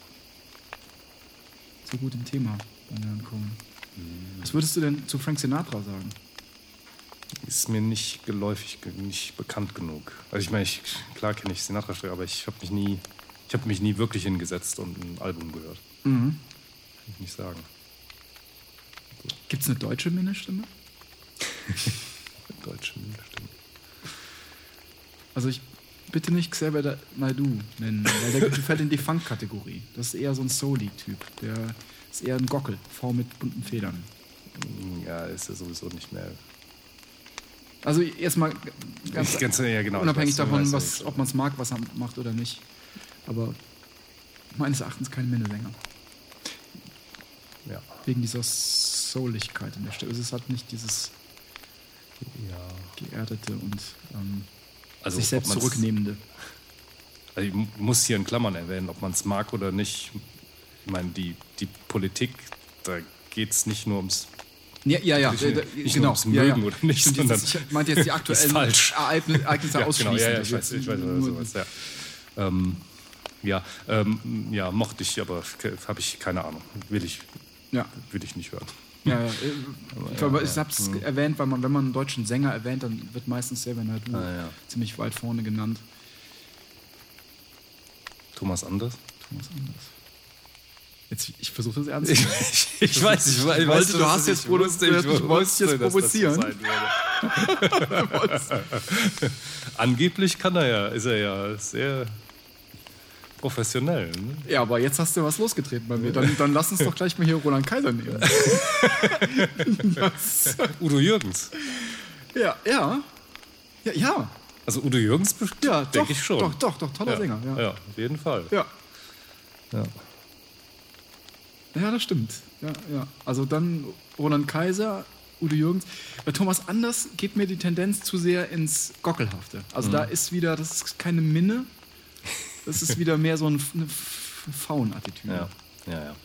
so gut im Thema. Wenn wir dann kommen. Was würdest du denn zu Frank Sinatra sagen? Ist mir nicht geläufig, ge- nicht bekannt genug. Also ich meine, ich, klar kenne ich Sinatra, aber ich habe mich nie, ich habe mich nie wirklich hingesetzt und ein Album gehört. Mhm. Kann ich nicht sagen. Gibt es eine deutsche Minne-Stimme? Deutsche Stimme. Also ich bitte nicht Xavier Da- Naidoo nennen, weil der fällt in die Funk-Kategorie. Das ist eher so ein Soul-Typ. Der ist eher ein Gockel, V mit bunten Federn. Ja, ist ja sowieso nicht mehr. Also erstmal ganz, Ich- ganz- ja, genau, unabhängig ich weiß, davon, ich weiß, was, ich- ob man es mag, was er macht oder nicht. Aber meines Erachtens kein Minnesänger. Ja. Wegen dieser Souligkeit in der Stimme. Es ist halt nicht dieses ja. geerdete und ähm, Also, sich selbst ob man's- zurücknehmende. Also ich mu- muss hier in Klammern erwähnen, ob man es mag oder nicht. Ich meine, die, die Politik, da geht es nicht nur ums Ja, ja, ja, Nicht- äh, da- nicht genau. nur ums ja, ja. Mögen oder nicht, Stimmt, sondern jetzt, ich meinte jetzt die aktuellen falsch. Ereignisse, Ereignisse ja, ausschließen. genau, ja, ja, Also ich weiß, jetzt ich weiß, nur- was du meinst, ja. Ähm, ja, ähm, ja, mochte ich, aber habe ich keine Ahnung. Will ich, ja, will ich nicht hören. ja, ja. Ich, glaube, ich habe es Mhm. erwähnt, weil man, wenn man einen deutschen Sänger erwähnt, dann wird meistens Xavier Naidoo Ah, ja. ziemlich weit vorne genannt. Thomas Anders? Thomas Anders. Jetzt, ich versuche das ernst Ich, zu nehmen. ich, ich weiß, ich, weiß, Ich wollte, du hast jetzt produ- du wolltest jetzt provozieren. Angeblich kann er ja, ist er ja sehr professionell. Ne? Ja, aber jetzt hast du was losgetreten bei mir. Dann, dann lass uns doch gleich mal hier Roland Kaiser nehmen. das, Udo Jürgens. ja, ja. Ja, ja. Also Udo Jürgens, Ja, denke doch, ich schon. Doch, doch, doch, toller ja. Sänger. Ja. ja, auf jeden Fall. Ja. Ja. ja, das stimmt. Ja, ja. Also dann Roland Kaiser, Udo Jürgens. Bei Thomas Anders geht mir die Tendenz zu sehr ins Gockelhafte. Also Mhm. da ist wieder, das ist keine Minne, das ist wieder mehr so ein, eine Faun-Attitüde. Ja, ja, ja.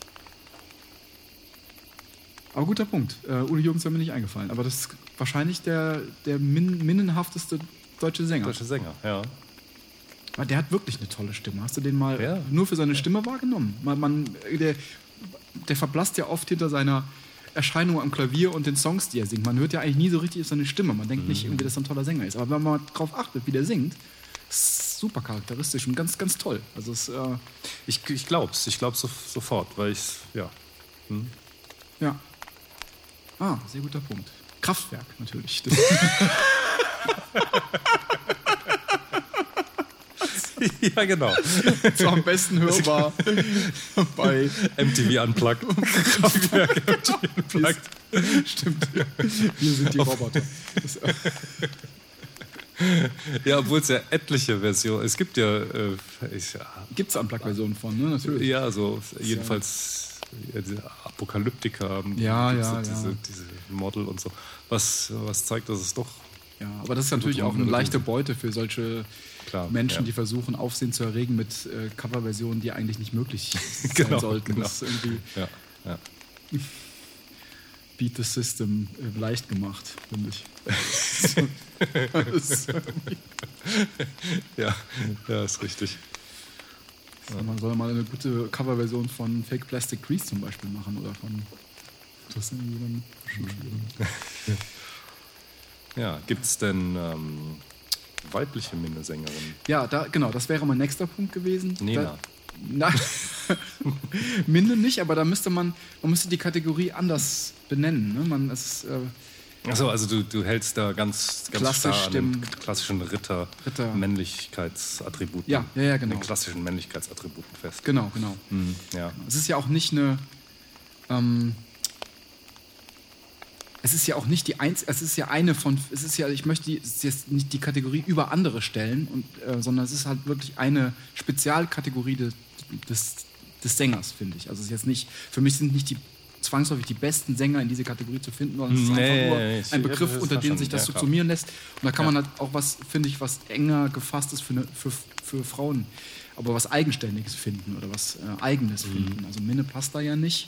Aber guter Punkt. Uh, Udo Jürgens wäre mir nicht eingefallen. Aber das ist wahrscheinlich der, der min minnenhafteste deutsche Sänger. Deutsche Sänger, ja. Aber der hat wirklich eine tolle Stimme. Hast du den mal Ja. nur für seine Stimme wahrgenommen? Man, man, der, der verblasst ja oft hinter seiner Erscheinung am Klavier und den Songs, die er singt. Man hört ja eigentlich nie so richtig auf seine Stimme. Man denkt nicht irgendwie, dass er ein toller Sänger ist. Aber wenn man mal drauf achtet, wie der singt, ist super charakteristisch und ganz, ganz toll. Also es, äh, Ich, ich glaub's, ich glaub's so, sofort, weil ich, ja. ja. Ah, sehr guter Punkt. Kraftwerk natürlich. Das ja, genau. ist am besten hörbar bei M T V Unplugged. Kraftwerk M T V Unplugged. Stimmt. Ja. Wir sind die Roboter. Das, äh, Ja, obwohl es ja etliche Versionen, es gibt ja, äh, ich, ja, Gibt es Unplugged-Versionen von, ne? Natürlich. ja, also jedenfalls ja, diese Apokalyptika, Ja, gibt's ja, so ja. diese, diese Model und so, was, was zeigt, dass es doch, Ja, aber das ist natürlich auch eine leichte Beute für solche Klar, Menschen, ja. die versuchen, Aufsehen zu erregen mit äh, Coverversionen, die eigentlich nicht möglich sein Genau, sollten. genau. Das ist irgendwie ja, ja. Beat the System äh, leicht gemacht, finde ich. Das ist irgendwie- ja, ja, ist richtig. Man soll mal eine gute Coverversion von Fake Plastic Trees zum Beispiel machen oder von. Das ist irgendwie dann schon schwierig. Ja, gibt es denn ähm, weibliche Minnesängerinnen? Ja, da, genau, das wäre mein nächster Punkt gewesen. Nena. Da, nein. Minne nicht, aber da müsste man, man müsste die Kategorie anders benennen. Ne? Man, es ist, äh, Achso, also du, du hältst da ganz, ganz Klassisch starr an den dem- klassischen Ritter, Ritter. Männlichkeitsattributen. Ja, ja, ja, genau. Den klassischen Männlichkeitsattributen fest. genau, genau. Hm, ja. Es ist ja auch nicht eine. Ähm, es ist ja auch nicht die eins. Es ist ja eine von. Es ist ja. Ich möchte die, es ist jetzt nicht die Kategorie über andere stellen, und, äh, sondern es ist halt wirklich eine Spezialkategorie des, des, des Sängers, finde ich. Also es ist jetzt nicht. Für mich sind nicht die zwangsläufig die besten Sänger in diese Kategorie zu finden, sondern es ist Nee, einfach nur nee, ein ich- Begriff, das ist unter das dem schon, sich das ja, klar. subsumieren lässt. Und da kann Ja. man halt auch was, finde ich, was enger gefasst ist für, eine, für, für Frauen, aber was Eigenständiges finden oder was äh, Eigenes Mhm. finden. Also Minne passt da ja nicht.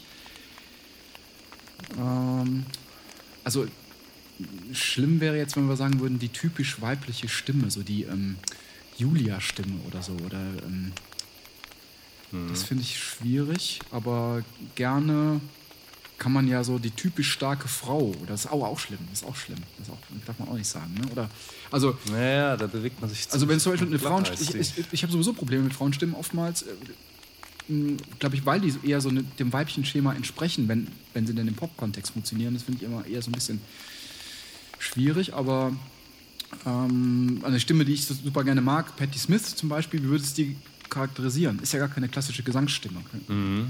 Ähm, also schlimm wäre jetzt, wenn wir sagen würden, die typisch weibliche Stimme, so die ähm, Julia-Stimme oder so. Oder, ähm, Das finde ich schwierig, aber gerne kann man ja so die typisch starke Frau, das ist auch, auch schlimm, das ist auch schlimm, das ist auch, darf man auch nicht sagen. Ne? Oder, also, Naja, da bewegt man sich also wenn zum Beispiel eine Frauen, Frauen... ich, ich, ich habe sowieso Probleme mit Frauenstimmen oftmals, glaube ich, weil die so eher so eine, dem weiblichen Schema entsprechen, wenn, wenn sie denn im Pop-Kontext funktionieren. Das finde ich immer eher so ein bisschen schwierig, aber ähm, eine Stimme, die ich so super gerne mag, Patti Smith zum Beispiel, wie würdest du die charakterisieren? Ist ja gar keine klassische Gesangsstimme. Mhm.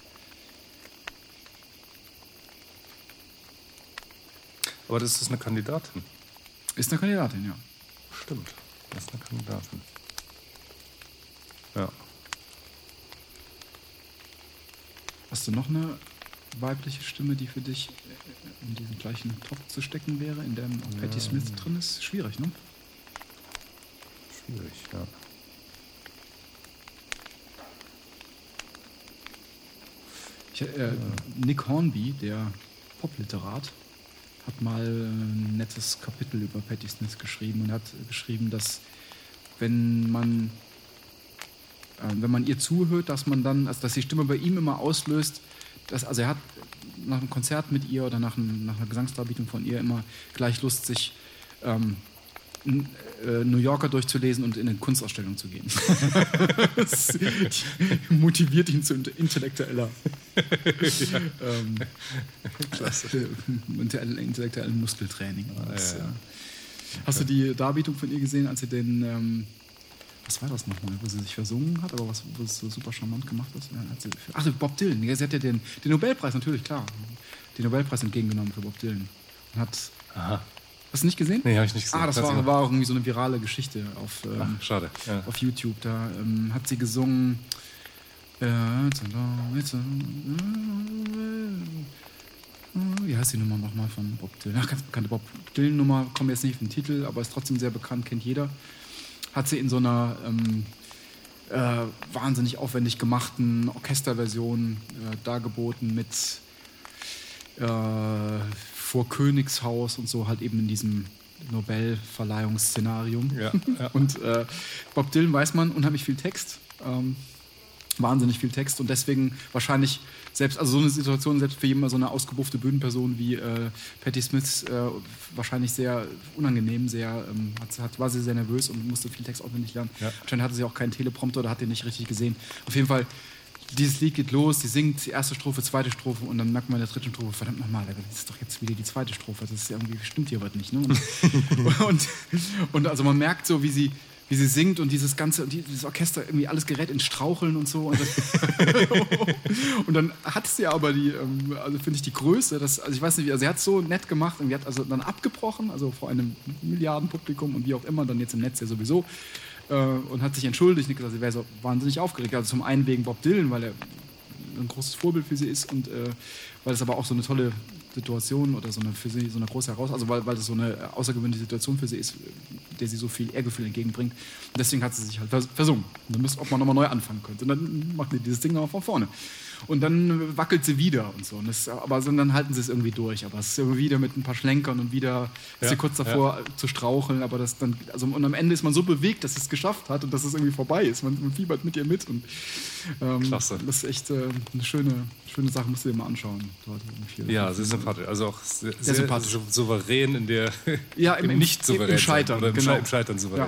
Aber das ist eine Kandidatin. Ist eine Kandidatin, ja. Stimmt, das ist eine Kandidatin. Ja. Hast du noch eine weibliche Stimme, die für dich in diesen gleichen Topf zu stecken wäre, in dem auch Patti Smith drin ist? Schwierig, ne? Schwierig, ja. Ich, äh, Nick Hornby, der Popliterat, hat mal ein nettes Kapitel über Patti Smith geschrieben und hat geschrieben, dass wenn man äh, wenn man ihr zuhört, dass man dann, also dass die Stimme bei ihm immer auslöst, dass, also er hat nach einem Konzert mit ihr oder nach, einem, nach einer Gesangsdarbietung von ihr immer gleich Lust, sich ähm, n- äh, New Yorker durchzulesen und in eine Kunstausstellung zu gehen. Das die motiviert ihn zu intellektueller ähm, Klasse. intellektuellen Muskeltraining. Das, ja, ja. äh, Hast du die Darbietung von ihr gesehen, als sie den ähm, was war das nochmal, wo sie sich versungen hat, aber was, wo es so super charmant gemacht ist? Ja, hat sie für, ach, Bob Dylan. Ja, sie hat ja den, den Nobelpreis, natürlich, klar. Den Nobelpreis entgegengenommen für Bob Dylan. Und hat, Aha. hast du nicht gesehen? Nee, habe ich nicht gesehen. Ah, das Weiß war, ich war auch irgendwie so eine virale Geschichte auf, ähm, Ach, schade. Ja. auf YouTube. Da ähm, hat sie gesungen. Äh, it's a long, it's a, wie heißt die Nummer nochmal von Bob Dylan? Ach, ganz bekannte Bob Dylan-Nummer, kommt jetzt nicht auf den Titel, aber ist trotzdem sehr bekannt, kennt jeder. Hat sie in so einer ähm, äh, wahnsinnig aufwendig gemachten Orchesterversion äh, dargeboten mit äh, vor Königshaus und so, halt eben in diesem Nobelverleihungsszenarium. Ja, ja. Und äh, Bob Dylan, weiß man, unheimlich viel Text. Ähm, wahnsinnig viel Text und deswegen wahrscheinlich selbst, also so eine Situation, selbst für jemanden so eine ausgebuffte Bühnenperson wie äh, Patti Smith, äh, wahrscheinlich sehr unangenehm, sehr, ähm, hat, hat, war sie sehr nervös und musste viel Text auswendig lernen. Ja. Anscheinend hatte sie auch keinen Teleprompter oder hat den nicht richtig gesehen. Auf jeden Fall, dieses Lied geht los, sie singt die erste Strophe, zweite Strophe und dann merkt man in der dritten Strophe, verdammt nochmal, das ist doch jetzt wieder die zweite Strophe, das ist ja irgendwie, stimmt hier was nicht. Ne? Und, und, und also man merkt so, wie sie wie sie singt und dieses ganze, dieses Orchester, irgendwie alles gerät ins Straucheln und so. Und, das und dann hat sie aber die, ähm, also finde ich die Größe, das, also ich weiß nicht, wie, also sie hat es so nett gemacht und sie hat also dann abgebrochen, also vor einem Milliardenpublikum und wie auch immer, dann jetzt im Netz ja sowieso, äh, und hat sich entschuldigt und gesagt, sie wäre so wahnsinnig aufgeregt. Also zum einen wegen Bob Dylan, weil er ein großes Vorbild für sie ist und äh, weil es aber auch so eine tolle Situation oder so eine für sie so eine große Herausforderung, also weil, weil das so eine außergewöhnliche Situation für sie ist, der sie so viel Ehrgefühl entgegenbringt. Und deswegen hat sie sich halt vers versungen. Und dann müsste, ob man nochmal neu anfangen könnte. Und dann macht sie dieses Ding nochmal von vorne. Und dann wackelt sie wieder und so. Und das, aber so, dann halten sie es irgendwie durch. Aber es ist irgendwie wieder mit ein paar Schlenkern und wieder ist Ja, sie kurz davor ja. zu straucheln. Aber das dann, also und am Ende ist man so bewegt, dass sie es geschafft hat und dass es irgendwie vorbei ist. Man, man fiebert mit ihr mit. Und, ähm, Klasse. Das ist echt äh, eine schöne, schöne Sache, musst du dir mal anschauen. Dort irgendwie. Ja, sehr sympathisch. Also auch sehr, Sehr sehr sympathisch. sou- souverän in der Ja, im- im nicht im- im souverän Scheitern, Oder im, genau. Sche- im Scheitern souverän.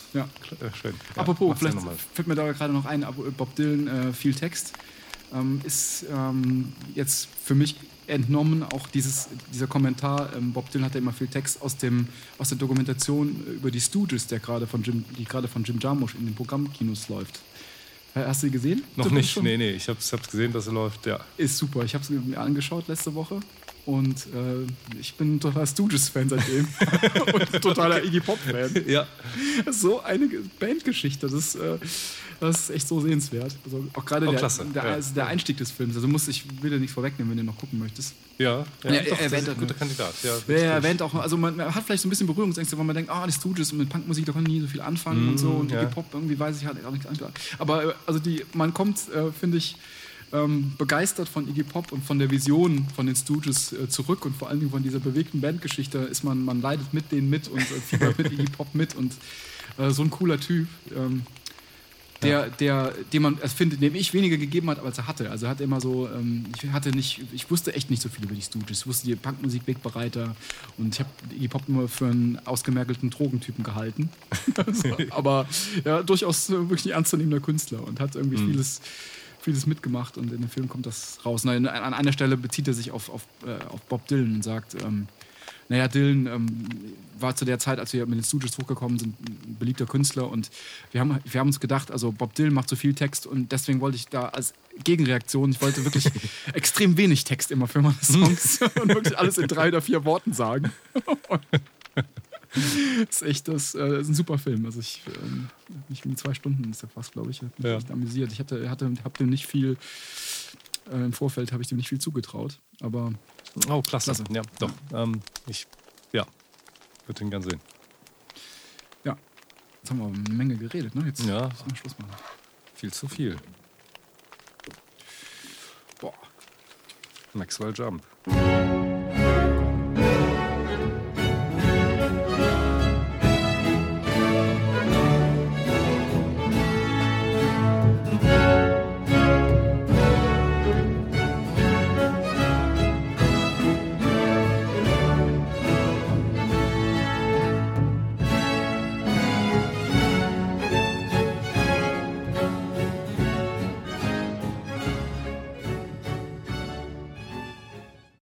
Ja. Äh, schön. Ja, Apropos, vielleicht ja fällt mir da gerade noch ein, Bob Dylan, äh, viel Text, ähm, ist ähm, jetzt für mich entnommen auch dieses, dieser Kommentar, ähm, Bob Dylan hatte immer viel Text aus, dem, aus der Dokumentation über die Stooges, der gerade von Jim, die gerade von Jim Jarmusch in den Programmkinos läuft. Hast du die gesehen? Noch das nicht, nee, nee, ich habe es gesehen, dass sie läuft, ja. Ist super, ich habe es mir angeschaut letzte Woche und äh, ich bin ein totaler Stooges-Fan seitdem und ein totaler Iggy Pop-Fan. Ja. So eine Bandgeschichte, das, äh, das ist echt so sehenswert. Also auch gerade oh, der, ja. der, also der Einstieg des Films, also muss, ich will dir nichts vorwegnehmen, wenn du noch gucken möchtest. Ja, ja, ja doch, er erwähnt ein guter Kandidat. Ja, er erwähnt auch, also man hat vielleicht so ein bisschen Berührungsängste, weil man denkt, ah, oh, die Stooges und mit Punkmusik, da kann ich nie so viel anfangen mm, und so und ja. Iggy Pop, irgendwie weiß ich halt auch nichts anfangen. Aber also die, man kommt, äh, finde ich, ähm, begeistert von Iggy Pop und von der Vision von den Stooges äh, zurück und vor allen Dingen von dieser bewegten Bandgeschichte ist man, man leidet mit denen mit und äh, fiebert mit Iggy Pop mit und äh, so ein cooler Typ. Ähm, Der, der, den man also findet, dem ich weniger gegeben hat, als er hatte. Also er hat immer so, ähm, ich hatte nicht, ich wusste echt nicht so viel über die Stooges. Ich wusste die Punkmusik Wegbereiter und ich habe Iggy Pop nur für einen ausgemergelten Drogentypen gehalten. also, aber ja, durchaus wirklich ein ernstzunehmender Künstler und hat irgendwie mhm. vieles, vieles mitgemacht und in dem Film kommt das raus. Na, an einer Stelle bezieht er sich auf, auf, äh, auf Bob Dylan und sagt, ähm, naja, Dylan ähm, war zu der Zeit, als wir mit den Stooges hochgekommen sind, ein beliebter Künstler und wir haben, wir haben uns gedacht, also Bob Dylan macht so viel Text und deswegen wollte ich da als Gegenreaktion, ich wollte wirklich extrem wenig Text immer für meine Songs und wirklich alles in drei oder vier Worten sagen. Das ist echt das, äh, das ist ein super Film. Also ich, ähm, ich bin zwei Stunden ist ja fast, glaube ich, mich ja. echt amüsiert. Ich hatte, hatte, habe dem nicht viel, äh, im Vorfeld habe ich dem nicht viel zugetraut, aber oh, klasse. klasse. Ja, doch. Ja. Ähm, ich, ja, würde ihn gern sehen. Ja, jetzt haben wir eine Menge geredet, ne? Jetzt ja. müssen wir Schluss machen. Viel zu viel. Boah. Maxwell Jump.